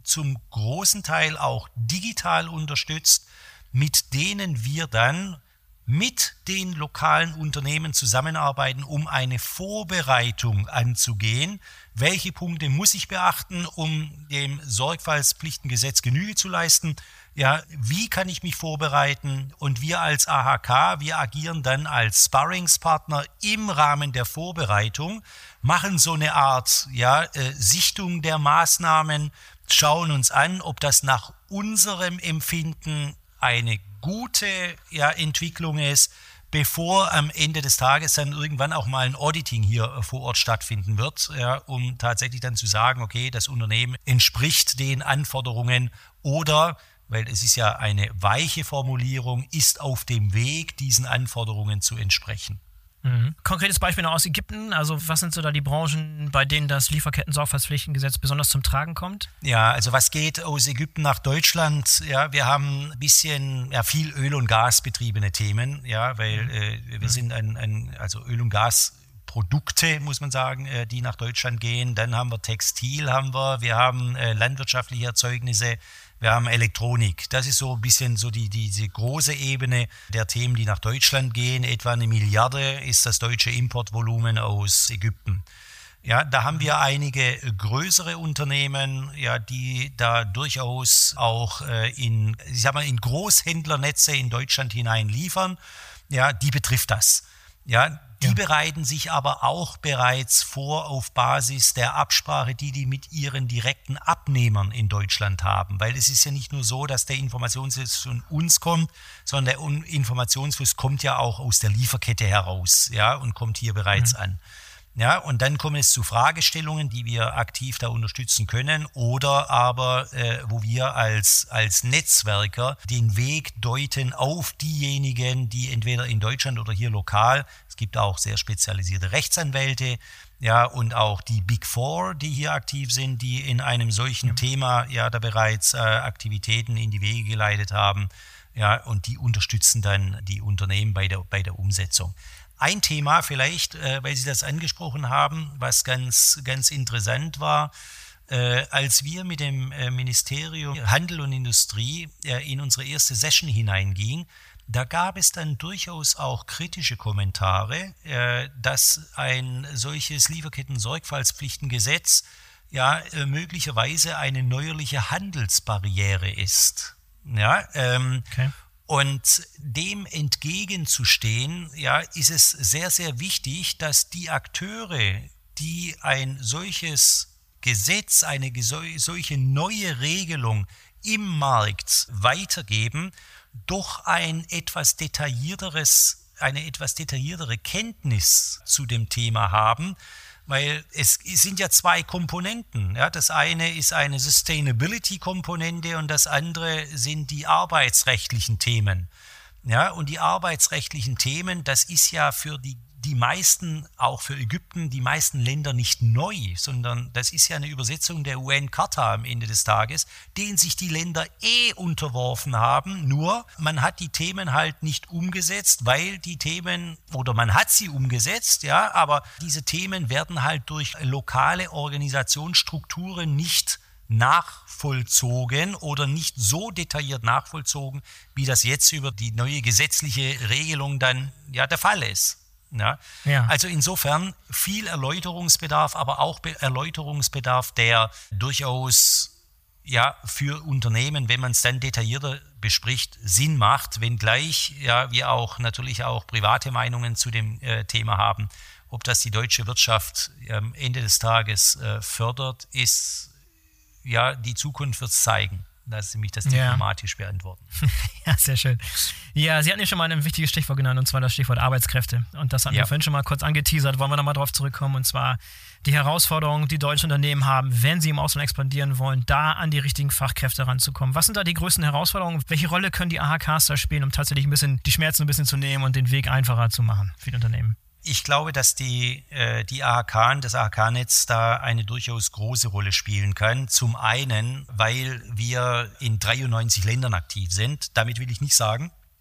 zum großen Teil auch digital unterstützt, mit denen wir dann mit den lokalen Unternehmen zusammenarbeiten, um eine Vorbereitung anzugehen. Welche Punkte muss ich beachten, um dem Sorgfaltspflichtengesetz Genüge zu leisten? Ja, wie kann ich mich vorbereiten? Und wir als AHK, wir agieren dann als Sparringspartner im Rahmen der Vorbereitung, machen so eine Art Sichtung der Maßnahmen, schauen uns an, ob das nach unserem Empfinden eine gute Entwicklung ist, bevor am Ende des Tages dann irgendwann auch mal ein Auditing hier vor Ort stattfinden wird, um tatsächlich dann zu sagen, okay, das Unternehmen entspricht den Anforderungen oder, weil es ist ja eine weiche Formulierung, ist auf dem Weg, diesen Anforderungen zu entsprechen. Konkretes Beispiel noch aus Ägypten, also was sind so da die Branchen, bei denen das Lieferketten-Sorgfaltspflichtengesetz besonders zum Tragen kommt? Ja, also was geht aus Ägypten nach Deutschland? Ja, wir haben ein bisschen viel Öl- und Gasbetriebene Themen, weil wir sind also Öl- und Gasprodukte, muss man sagen, die nach Deutschland gehen. Dann haben wir Textil, wir haben landwirtschaftliche Erzeugnisse, wir haben Elektronik. Das ist so ein bisschen so diese große Ebene der Themen, die nach Deutschland gehen. Etwa 1 Milliarde ist das deutsche Importvolumen aus Ägypten. Ja, da haben wir einige größere Unternehmen, die da durchaus auch in Großhändlernetze in Deutschland hinein liefern. Ja, die betrifft das. Ja, die bereiten sich aber auch bereits vor auf Basis der Absprache, die mit ihren direkten Abnehmern in Deutschland haben. Weil es ist ja nicht nur so, dass der Informationsfluss von uns kommt, sondern der Informationsfluss kommt ja auch aus der Lieferkette heraus, und kommt hier bereits an. Ja, und dann kommt es zu Fragestellungen, die wir aktiv da unterstützen können oder aber, wo wir als Netzwerker den Weg deuten auf diejenigen, die entweder in Deutschland oder hier lokal, es gibt auch sehr spezialisierte Rechtsanwälte, und auch die Big Four, die hier aktiv sind, die in einem solchen Thema da bereits Aktivitäten in die Wege geleitet haben, und die unterstützen dann die Unternehmen bei der Umsetzung. Ein Thema vielleicht, weil Sie das angesprochen haben, was ganz, ganz interessant war, als wir mit dem Ministerium Handel und Industrie in unsere erste Session hineingingen, da gab es dann durchaus auch kritische Kommentare, dass ein solches Lieferketten-Sorgfaltspflichtengesetz möglicherweise eine neuerliche Handelsbarriere ist. Okay. Und dem entgegenzustehen, ist es sehr, sehr wichtig, dass die Akteure, die ein solches Gesetz, eine solche neue Regelung im Markt weitergeben, doch eine etwas detailliertere Kenntnis zu dem Thema haben, weil es sind ja 2 Komponenten. Ja, das eine ist eine Sustainability-Komponente und das andere sind die arbeitsrechtlichen Themen. Ja, und die arbeitsrechtlichen Themen, das ist ja für die meisten, auch für Ägypten, die meisten Länder nicht neu, sondern das ist ja eine Übersetzung der UN-Charta am Ende des Tages, denen sich die Länder unterworfen haben, nur man hat die Themen halt nicht umgesetzt, weil die Themen, oder man hat sie umgesetzt, aber diese Themen werden halt durch lokale Organisationsstrukturen nicht nachvollzogen oder nicht so detailliert nachvollzogen, wie das jetzt über die neue gesetzliche Regelung dann der Fall ist. Ja. Also insofern viel Erläuterungsbedarf, aber auch Erläuterungsbedarf, der durchaus für Unternehmen, wenn man es dann detaillierter bespricht, Sinn macht, wenngleich wir auch natürlich auch private Meinungen zu dem Thema haben. Ob das die deutsche Wirtschaft am Ende des Tages fördert, ist die Zukunft wird es zeigen. Lassen Sie mich das diplomatisch beantworten. Ja, sehr schön. Ja, Sie hatten ja schon mal ein wichtiges Stichwort genannt, und zwar das Stichwort Arbeitskräfte. Und das hatten wir vorhin schon mal kurz angeteasert, wollen wir nochmal drauf zurückkommen. Und zwar die Herausforderungen, die deutsche Unternehmen haben, wenn sie im Ausland expandieren wollen, da an die richtigen Fachkräfte ranzukommen. Was sind da die größten Herausforderungen? Welche Rolle können die AHKs da spielen, um tatsächlich ein bisschen die Schmerzen ein bisschen zu nehmen und den Weg einfacher zu machen für die Unternehmen? Ich glaube, dass die AHK und das AHK-Netz da eine durchaus große Rolle spielen kann. Zum einen, weil wir in 93 Ländern aktiv sind. Damit will ich nicht sagen,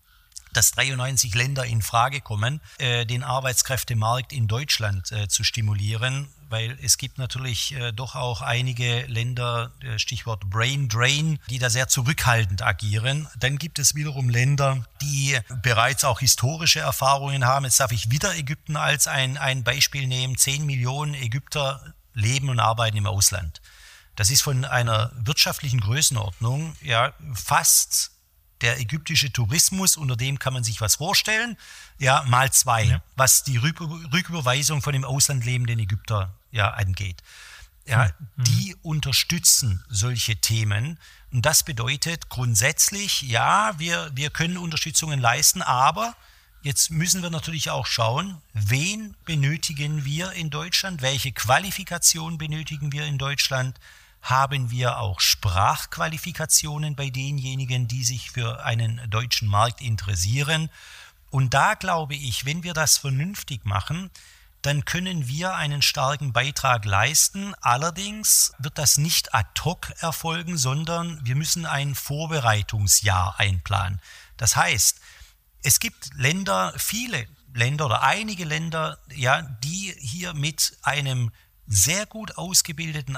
dass 93 Länder in Frage kommen, den Arbeitskräftemarkt in Deutschland zu stimulieren, weil es gibt natürlich doch auch einige Länder, Stichwort Brain Drain, die da sehr zurückhaltend agieren. Dann gibt es wiederum Länder, die bereits auch historische Erfahrungen haben. Jetzt darf ich wieder Ägypten als ein Beispiel nehmen. 10 Millionen Ägypter leben und arbeiten im Ausland. Das ist von einer wirtschaftlichen Größenordnung ja fast der ägyptische Tourismus, unter dem kann man sich was vorstellen, ja, mal 2, ja, was die Rücküberweisung von dem Ausland lebenden Ägypter ja angeht. Ja, die unterstützen solche Themen und das bedeutet grundsätzlich, ja, wir können Unterstützungen leisten, aber jetzt müssen wir natürlich auch schauen, wen benötigen wir in Deutschland, welche Qualifikation benötigen wir in Deutschland. Haben wir auch Sprachqualifikationen bei denjenigen, die sich für einen deutschen Markt interessieren. Und da glaube ich, wenn wir das vernünftig machen, dann können wir einen starken Beitrag leisten. Allerdings wird das nicht ad hoc erfolgen, sondern wir müssen ein Vorbereitungsjahr einplanen. Das heißt, es gibt Länder, viele Länder oder einige Länder, ja, die hier mit einem sehr gut ausgebildeten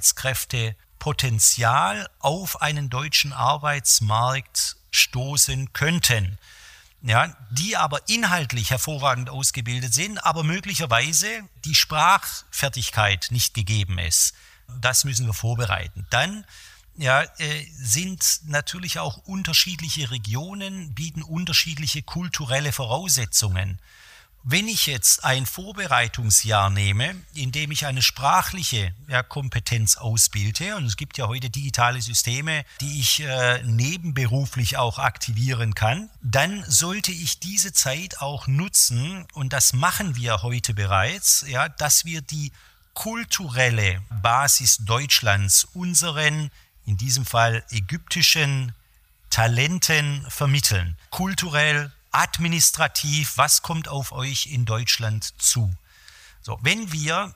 Arbeitskräftepotenzial auf einen deutschen Arbeitsmarkt stoßen könnten. Ja, die aber inhaltlich hervorragend ausgebildet sind, aber möglicherweise die Sprachfertigkeit nicht gegeben ist. Das müssen wir vorbereiten. Dann sind natürlich auch unterschiedliche Regionen, bieten unterschiedliche kulturelle Voraussetzungen. Wenn ich jetzt ein Vorbereitungsjahr nehme, in dem ich eine sprachliche Kompetenz ausbilde, und es gibt ja heute digitale Systeme, die ich nebenberuflich auch aktivieren kann, dann sollte ich diese Zeit auch nutzen, und das machen wir heute bereits, ja, dass wir die kulturelle Basis Deutschlands unseren, in diesem Fall ägyptischen Talenten vermitteln. Kulturell, administrativ, was kommt auf euch in Deutschland zu? So, wenn wir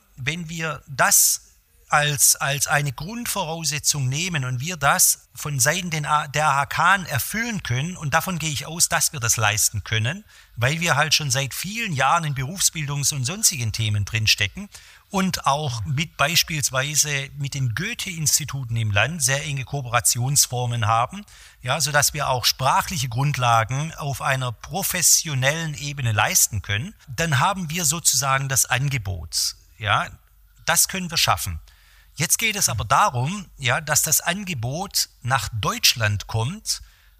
das als eine Grundvoraussetzung nehmen und wir das von Seiten der AHK erfüllen können, und davon gehe ich aus, dass wir das leisten können, weil wir halt schon seit vielen Jahren in Berufsbildungs- und sonstigen Themen drinstecken und auch beispielsweise mit den Goethe-Instituten im Land sehr enge Kooperationsformen haben, ja, sodass wir auch sprachliche Grundlagen auf einer professionellen Ebene leisten können, dann haben wir sozusagen das Angebot. Ja, das können wir schaffen. Jetzt geht es aber darum, ja, dass das Angebot nach Deutschland kommt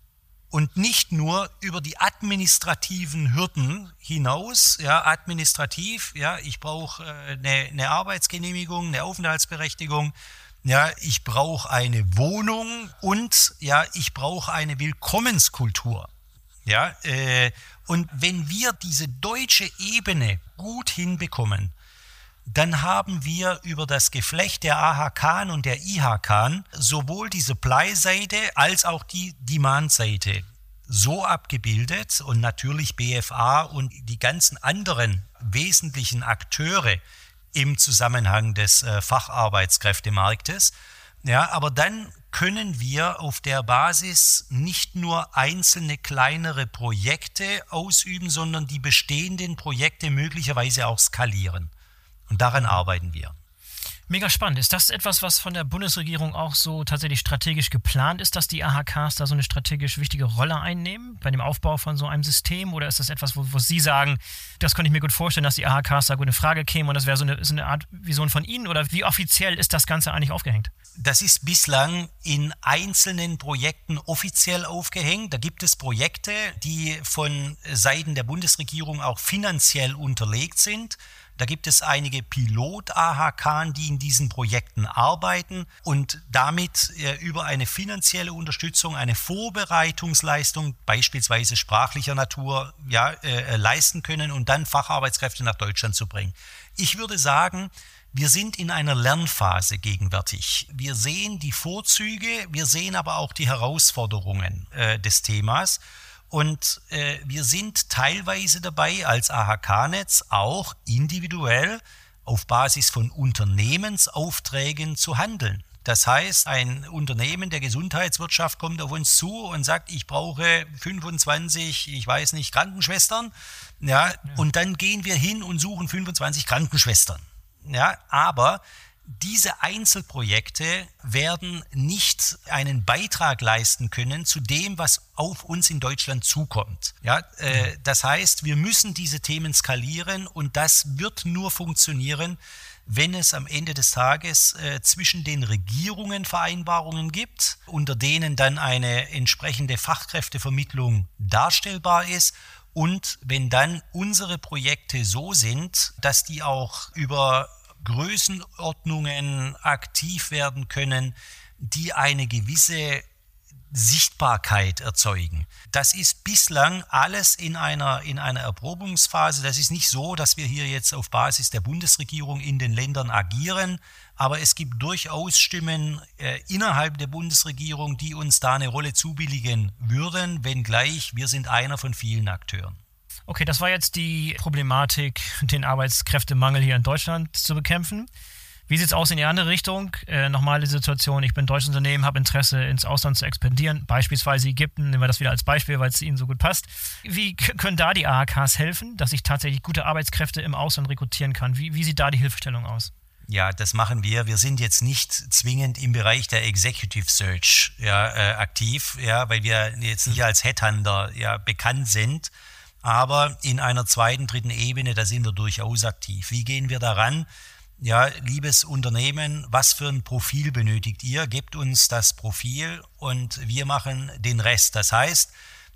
und nicht nur über die administrativen Hürden hinaus, ja, administrativ, ja, ich brauche eine Arbeitsgenehmigung, eine Aufenthaltsberechtigung, ja, ich brauche eine Wohnung und ja, ich brauche eine Willkommenskultur. Ja, und wenn wir diese deutsche Ebene gut hinbekommen, dann haben wir über das Geflecht der AHK und der IHK sowohl die Supply-Seite als auch die Demand-Seite so abgebildet, und natürlich BFA und die ganzen anderen wesentlichen Akteure im Zusammenhang des Facharbeitskräftemarktes. Ja, aber dann können wir auf der Basis nicht nur einzelne kleinere Projekte ausüben, sondern die bestehenden Projekte möglicherweise auch skalieren. Und daran arbeiten wir. Mega spannend. Ist das etwas, was von der Bundesregierung auch so tatsächlich strategisch geplant ist, dass die AHKs da so eine strategisch wichtige Rolle einnehmen bei dem Aufbau von so einem System? Oder ist das etwas, wo Sie sagen, das könnte ich mir gut vorstellen, dass die AHKs da gut in Frage kämen und das wäre so eine Art Vision von Ihnen? Oder wie offiziell ist das Ganze eigentlich aufgehängt? Das ist bislang in einzelnen Projekten offiziell aufgehängt. Da gibt es Projekte, die von Seiten der Bundesregierung auch finanziell unterlegt sind. Da gibt es einige Pilot-AHK, die in diesen Projekten arbeiten und damit über eine finanzielle Unterstützung, eine Vorbereitungsleistung, beispielsweise sprachlicher Natur, leisten können und dann Facharbeitskräfte nach Deutschland zu bringen. Ich würde sagen, wir sind in einer Lernphase gegenwärtig. Wir sehen die Vorzüge, wir sehen aber auch die Herausforderungen des Themas. Und wir sind teilweise dabei, als AHK-Netz auch individuell auf Basis von Unternehmensaufträgen zu handeln. Das heißt, ein Unternehmen der Gesundheitswirtschaft kommt auf uns zu und sagt, ich brauche 25, ich weiß nicht, Krankenschwestern. Ja, und dann gehen wir hin und suchen 25 Krankenschwestern. Ja, aber diese Einzelprojekte werden nicht einen Beitrag leisten können zu dem, was auf uns in Deutschland zukommt. Ja, das heißt, wir müssen diese Themen skalieren und das wird nur funktionieren, wenn es am Ende des Tages zwischen den Regierungen Vereinbarungen gibt, unter denen dann eine entsprechende Fachkräftevermittlung darstellbar ist und wenn dann unsere Projekte so sind, dass die auch über Größenordnungen aktiv werden können, die eine gewisse Sichtbarkeit erzeugen. Das ist bislang alles in einer Erprobungsphase. Das ist nicht so, dass wir hier jetzt auf Basis der Bundesregierung in den Ländern agieren, aber es gibt durchaus Stimmen innerhalb der Bundesregierung, die uns da eine Rolle zubilligen würden, wenngleich wir sind einer von vielen Akteuren. Okay, das war jetzt die Problematik, den Arbeitskräftemangel hier in Deutschland zu bekämpfen. Wie sieht es aus in die andere Richtung? Normale Situation, ich bin deutsches Unternehmen, habe Interesse, ins Ausland zu expandieren, beispielsweise Ägypten, nehmen wir das wieder als Beispiel, weil es Ihnen so gut passt. Wie können da die AHKs helfen, dass ich tatsächlich gute Arbeitskräfte im Ausland rekrutieren kann? Wie sieht da die Hilfestellung aus? Ja, das machen wir. Wir sind jetzt nicht zwingend im Bereich der Executive Search aktiv, weil wir jetzt nicht als Headhunter bekannt sind. Aber in einer zweiten, dritten Ebene, da sind wir durchaus aktiv. Wie gehen wir daran? Ja, liebes Unternehmen, was für ein Profil benötigt ihr? Gebt uns das Profil und wir machen den Rest. Das heißt,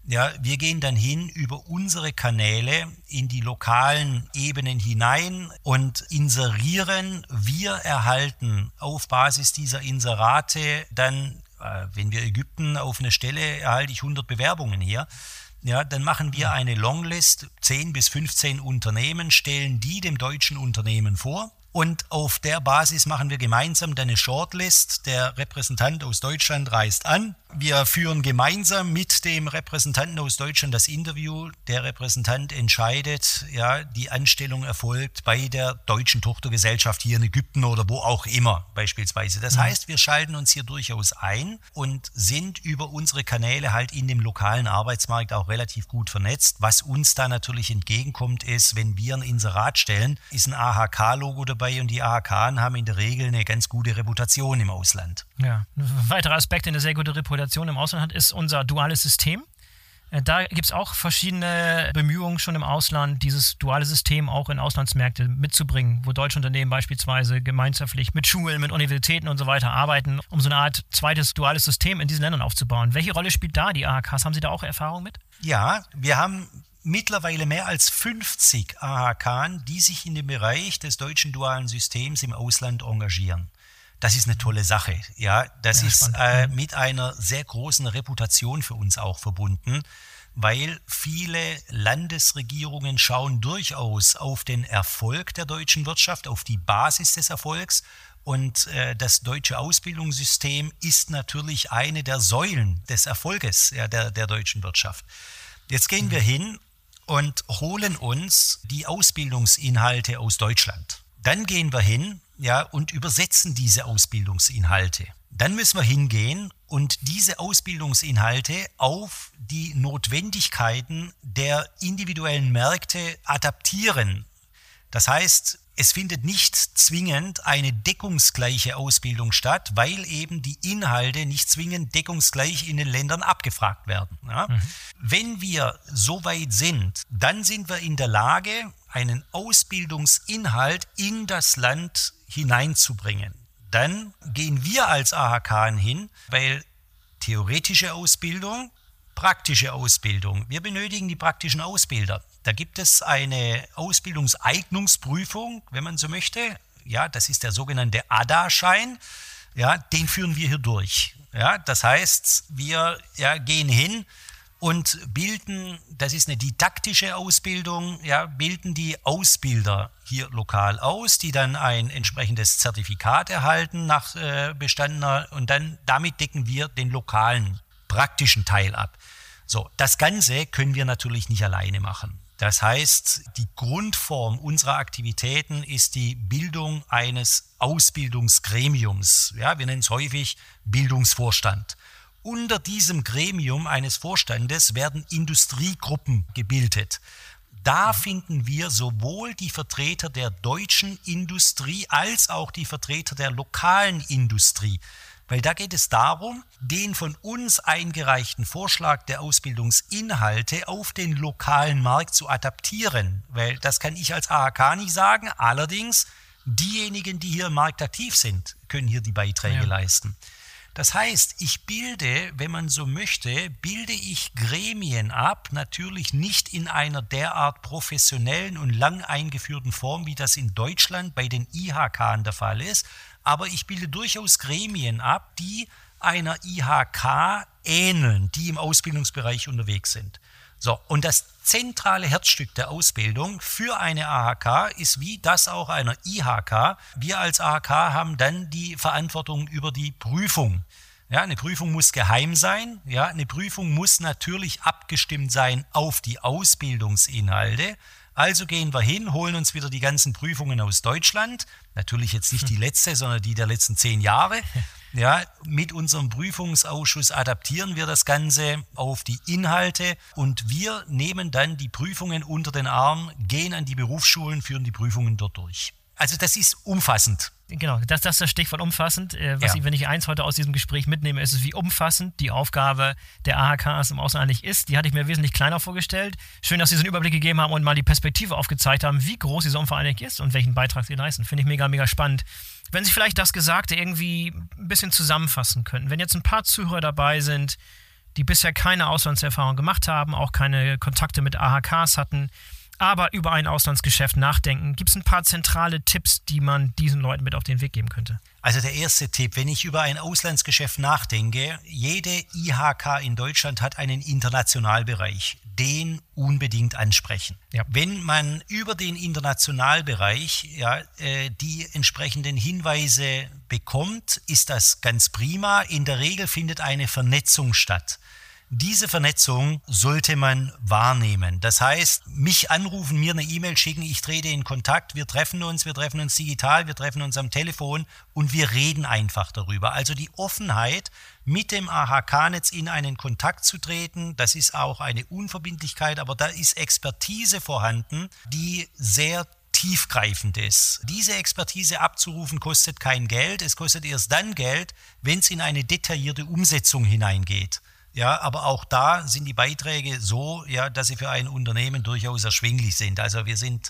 wir gehen dann hin über unsere Kanäle in die lokalen Ebenen hinein und inserieren. Wir erhalten auf Basis dieser Inserate dann, wenn wir Ägypten auf eine Stelle, erhalte ich 100 Bewerbungen hier. Ja, dann machen wir eine Longlist, 10 bis 15 Unternehmen, stellen die dem deutschen Unternehmen vor. Und auf der Basis machen wir gemeinsam dann eine Shortlist. Der Repräsentant aus Deutschland reist an. Wir führen gemeinsam mit dem Repräsentanten aus Deutschland das Interview. Der Repräsentant entscheidet, die Anstellung erfolgt bei der deutschen Tochtergesellschaft hier in Ägypten oder wo auch immer beispielsweise. Das heißt, wir schalten uns hier durchaus ein und sind über unsere Kanäle halt in dem lokalen Arbeitsmarkt auch relativ gut vernetzt. Was uns da natürlich entgegenkommt ist, wenn wir ein Inserat stellen, ist ein AHK-Logo dabei und die AHK haben in der Regel eine ganz gute Reputation im Ausland. Ja, ein weiterer Aspekt, der eine sehr gute Reputation im Ausland hat, ist unser duales System. Da gibt es auch verschiedene Bemühungen schon im Ausland, dieses duale System auch in Auslandsmärkte mitzubringen, wo deutsche Unternehmen beispielsweise gemeinschaftlich mit Schulen, mit Universitäten und so weiter arbeiten, um so eine Art zweites duales System in diesen Ländern aufzubauen. Welche Rolle spielt da die AHKs? Haben Sie da auch Erfahrung mit? Ja, wir haben mittlerweile mehr als 50 AHK, die sich in dem Bereich des deutschen dualen Systems im Ausland engagieren. Das ist eine tolle Sache. Ja, das ist mit einer sehr großen Reputation für uns auch verbunden, weil viele Landesregierungen schauen durchaus auf den Erfolg der deutschen Wirtschaft, auf die Basis des Erfolgs. Und das deutsche Ausbildungssystem ist natürlich eine der Säulen des Erfolges der deutschen Wirtschaft. Jetzt gehen wir hin und holen uns die Ausbildungsinhalte aus Deutschland. Dann gehen wir hin und übersetzen diese Ausbildungsinhalte. Dann müssen wir hingehen und diese Ausbildungsinhalte auf die Notwendigkeiten der individuellen Märkte adaptieren. Das heißt, es findet nicht zwingend eine deckungsgleiche Ausbildung statt, weil eben die Inhalte nicht zwingend deckungsgleich in den Ländern abgefragt werden. Ja? Wenn wir so weit sind, dann sind wir in der Lage, einen Ausbildungsinhalt in das Land hineinzubringen. Dann gehen wir als AHK hin, weil theoretische Ausbildung, praktische Ausbildung, wir benötigen die praktischen Ausbilder. Da gibt es eine Ausbildungseignungsprüfung, wenn man so möchte. Ja, das ist der sogenannte ADA-Schein. Ja, den führen wir hier durch. Ja, das heißt, wir gehen hin und bilden, das ist eine didaktische Ausbildung, bilden die Ausbilder hier lokal aus, die dann ein entsprechendes Zertifikat erhalten nach bestandener, und dann damit decken wir den lokalen praktischen Teil ab. So, das Ganze können wir natürlich nicht alleine machen. Das heißt, die Grundform unserer Aktivitäten ist die Bildung eines Ausbildungsgremiums. Ja, wir nennen es häufig Bildungsvorstand. Unter diesem Gremium eines Vorstandes werden Industriegruppen gebildet. Da finden wir sowohl die Vertreter der deutschen Industrie als auch die Vertreter der lokalen Industrie. Weil da geht es darum, den von uns eingereichten Vorschlag der Ausbildungsinhalte auf den lokalen Markt zu adaptieren. Weil das kann ich als AHK nicht sagen. Allerdings, diejenigen, die hier im Markt aktiv sind, können hier die Beiträge leisten. Das heißt, ich bilde, wenn man so möchte, bilde ich Gremien ab, natürlich nicht in einer derart professionellen und lang eingeführten Form, wie das in Deutschland bei den IHK der Fall ist, aber ich bilde durchaus Gremien ab, die einer IHK ähneln, die im Ausbildungsbereich unterwegs sind. So, und das zentrale Herzstück der Ausbildung für eine AHK ist wie das auch einer IHK. Wir als AHK haben dann die Verantwortung über die Prüfung. Ja, eine Prüfung muss geheim sein. Ja, eine Prüfung muss natürlich abgestimmt sein auf die Ausbildungsinhalte. Also gehen wir hin, holen uns wieder die ganzen Prüfungen aus Deutschland. Natürlich jetzt nicht die letzte, sondern die der letzten 10 Jahre. Ja, mit unserem Prüfungsausschuss adaptieren wir das Ganze auf die Inhalte und wir nehmen dann die Prüfungen unter den Arm, gehen an die Berufsschulen, führen die Prüfungen dort durch. Also das ist umfassend. Genau, das ist das Stichwort umfassend. Wenn ich eins heute aus diesem Gespräch mitnehme, ist es, wie umfassend die Aufgabe der AHKs im Ausland eigentlich ist. Die hatte ich mir wesentlich kleiner vorgestellt. Schön, dass Sie so einen Überblick gegeben haben und mal die Perspektive aufgezeigt haben, wie groß dieser Umfang eigentlich ist und welchen Beitrag Sie leisten. Finde ich mega, mega spannend. Wenn Sie vielleicht das Gesagte irgendwie ein bisschen zusammenfassen könnten, wenn jetzt ein paar Zuhörer dabei sind, die bisher keine Auslandserfahrung gemacht haben, auch keine Kontakte mit AHKs hatten, aber über ein Auslandsgeschäft nachdenken, gibt es ein paar zentrale Tipps, die man diesen Leuten mit auf den Weg geben könnte? Also der erste Tipp, wenn ich über ein Auslandsgeschäft nachdenke, jede IHK in Deutschland hat einen Internationalbereich, den unbedingt ansprechen. Ja. Wenn man über den Internationalbereich die entsprechenden Hinweise bekommt, ist das ganz prima. In der Regel findet eine Vernetzung statt. Diese Vernetzung sollte man wahrnehmen. Das heißt, mich anrufen, mir eine E-Mail schicken, ich trete in Kontakt, wir treffen uns digital, wir treffen uns am Telefon und wir reden einfach darüber. Also die Offenheit, mit dem AHK-Netz in einen Kontakt zu treten, das ist auch eine Unverbindlichkeit, aber da ist Expertise vorhanden, die sehr tiefgreifend ist. Diese Expertise abzurufen kostet kein Geld, es kostet erst dann Geld, wenn es in eine detaillierte Umsetzung hineingeht. Ja, aber auch da sind die Beiträge so, ja, dass sie für ein Unternehmen durchaus erschwinglich sind. Also wir sind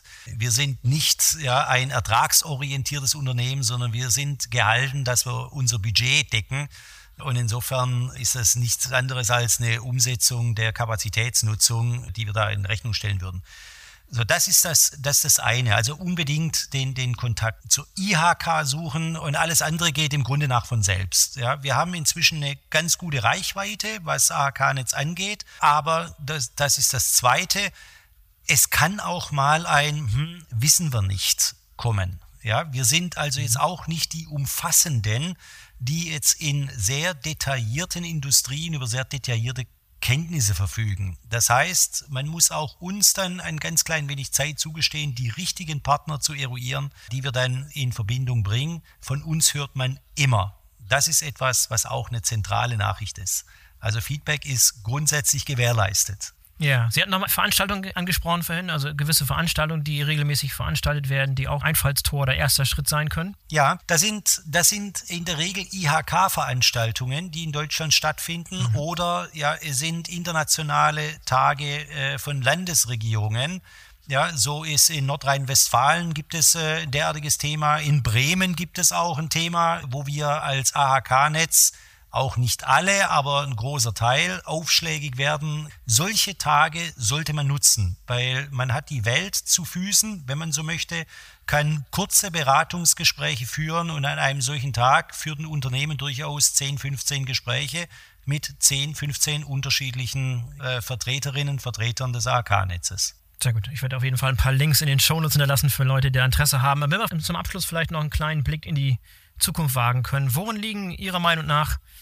nicht ein ertragsorientiertes Unternehmen, sondern wir sind gehalten, dass wir unser Budget decken. Und insofern ist das nichts anderes als eine Umsetzung der Kapazitätsnutzung, die wir da in Rechnung stellen würden. So, das ist das eine. Also unbedingt den Kontakt zur IHK suchen und alles andere geht im Grunde nach von selbst. Ja, wir haben inzwischen eine ganz gute Reichweite, was AHK-Netz angeht, aber das ist das Zweite. Es kann auch mal ein wissen wir nicht kommen. Ja, wir sind also jetzt auch nicht die Umfassenden, die jetzt in sehr detaillierten Industrien über sehr detaillierte Kenntnisse verfügen. Das heißt, man muss auch uns dann ein ganz klein wenig Zeit zugestehen, die richtigen Partner zu eruieren, die wir dann in Verbindung bringen. Von uns hört man immer. Das ist etwas, was auch eine zentrale Nachricht ist. Also Feedback ist grundsätzlich gewährleistet. Ja, Sie hatten nochmal Veranstaltungen angesprochen vorhin, also gewisse Veranstaltungen, die regelmäßig veranstaltet werden, die auch Einfallstor oder erster Schritt sein können? Ja, das sind in der Regel IHK-Veranstaltungen, die in Deutschland stattfinden oder es sind internationale Tage von Landesregierungen. Ja, so ist in Nordrhein-Westfalen gibt es ein derartiges Thema, in Bremen gibt es auch ein Thema, wo wir als AHK-Netz auch nicht alle, aber ein großer Teil aufschlägig werden. Solche Tage sollte man nutzen, weil man hat die Welt zu Füßen, wenn man so möchte, kann kurze Beratungsgespräche führen und an einem solchen Tag führt ein Unternehmen durchaus 10, 15 Gespräche mit 10, 15 unterschiedlichen Vertreterinnen und Vertretern des AHK-Netzes. Sehr gut. Ich werde auf jeden Fall ein paar Links in den Shownotes hinterlassen für Leute, die Interesse haben. Aber wenn wir zum Abschluss vielleicht noch einen kleinen Blick in die Zukunft wagen können. Worin liegen Ihrer Meinung nach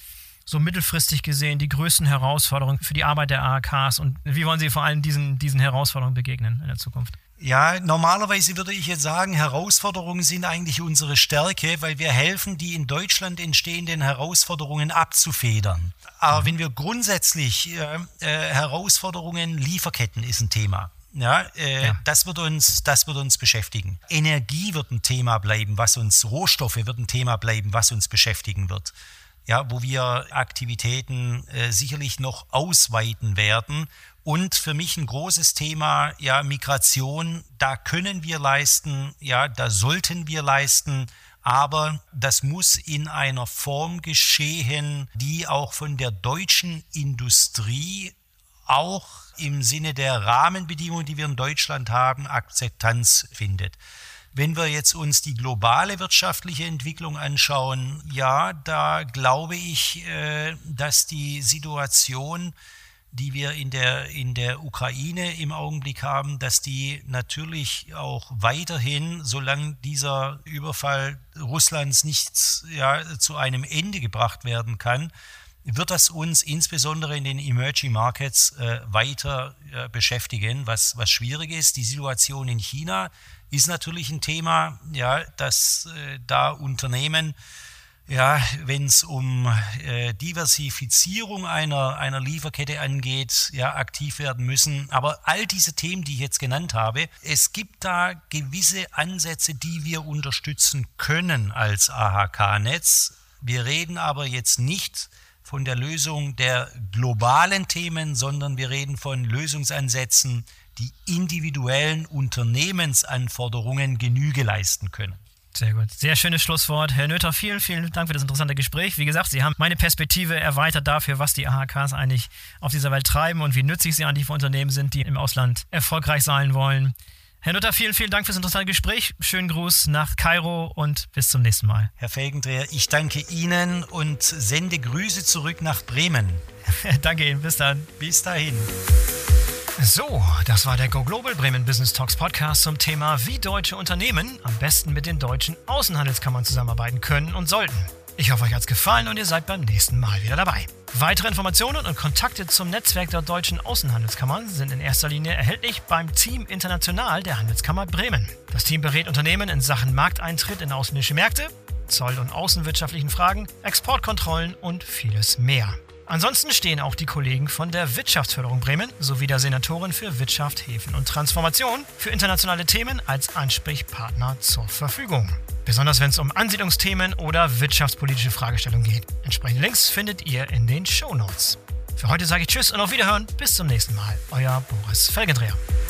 so mittelfristig gesehen die größten Herausforderungen für die Arbeit der AHKs und wie wollen Sie vor allem diesen Herausforderungen begegnen in der Zukunft? Ja, normalerweise würde ich jetzt sagen, Herausforderungen sind eigentlich unsere Stärke, weil wir helfen, die in Deutschland entstehenden Herausforderungen abzufedern. Aber wenn wir grundsätzlich Herausforderungen, Lieferketten ist ein Thema. Ja. Das wird uns beschäftigen. Energie wird ein Thema bleiben, Rohstoffe wird ein Thema bleiben, was uns beschäftigen wird. Ja, wo wir Aktivitäten sicherlich noch ausweiten werden. Und für mich ein großes Thema, ja, Migration, da können wir leisten, ja, da sollten wir leisten, aber das muss in einer Form geschehen, die auch von der deutschen Industrie auch im Sinne der Rahmenbedingungen, die wir in Deutschland haben, Akzeptanz findet. Wenn wir jetzt uns die globale wirtschaftliche Entwicklung anschauen, ja, da glaube ich, dass die Situation, die wir in der Ukraine im Augenblick haben, dass die natürlich auch weiterhin, solange dieser Überfall Russlands nicht zu einem Ende gebracht werden kann, wird das uns insbesondere in den Emerging Markets weiter beschäftigen, was schwierig ist. Die Situation in China ist natürlich ein Thema, ja, dass da Unternehmen, ja, wenn es um Diversifizierung einer Lieferkette angeht, ja, aktiv werden müssen. Aber all diese Themen, die ich jetzt genannt habe, es gibt da gewisse Ansätze, die wir unterstützen können als AHK-Netz. Wir reden aber jetzt nicht von der Lösung der globalen Themen, sondern wir reden von Lösungsansätzen, die individuellen Unternehmensanforderungen Genüge leisten können. Sehr gut. Sehr schönes Schlusswort. Herr Noether, vielen, vielen Dank für das interessante Gespräch. Wie gesagt, Sie haben meine Perspektive erweitert dafür, was die AHKs eigentlich auf dieser Welt treiben und wie nützlich sie eigentlich für Unternehmen sind, die im Ausland erfolgreich sein wollen. Herr Noether, vielen, vielen Dank für das interessante Gespräch. Schönen Gruß nach Kairo und bis zum nächsten Mal. Herr Felgendreher, ich danke Ihnen und sende Grüße zurück nach Bremen. Danke Ihnen, bis dann. Bis dahin. So, das war der Go Global Bremen Business Talks Podcast zum Thema, wie deutsche Unternehmen am besten mit den deutschen Außenhandelskammern zusammenarbeiten können und sollten. Ich hoffe, euch hat's gefallen und ihr seid beim nächsten Mal wieder dabei. Weitere Informationen und Kontakte zum Netzwerk der deutschen Außenhandelskammern sind in erster Linie erhältlich beim Team International der Handelskammer Bremen. Das Team berät Unternehmen in Sachen Markteintritt in ausländische Märkte, Zoll- und außenwirtschaftlichen Fragen, Exportkontrollen und vieles mehr. Ansonsten stehen auch die Kollegen von der Wirtschaftsförderung Bremen sowie der Senatorin für Wirtschaft, Häfen und Transformation für internationale Themen als Ansprechpartner zur Verfügung. Besonders wenn es um Ansiedlungsthemen oder wirtschaftspolitische Fragestellungen geht. Entsprechende Links findet ihr in den Shownotes. Für heute sage ich Tschüss und auf Wiederhören. Bis zum nächsten Mal. Euer Boris Felgendreher.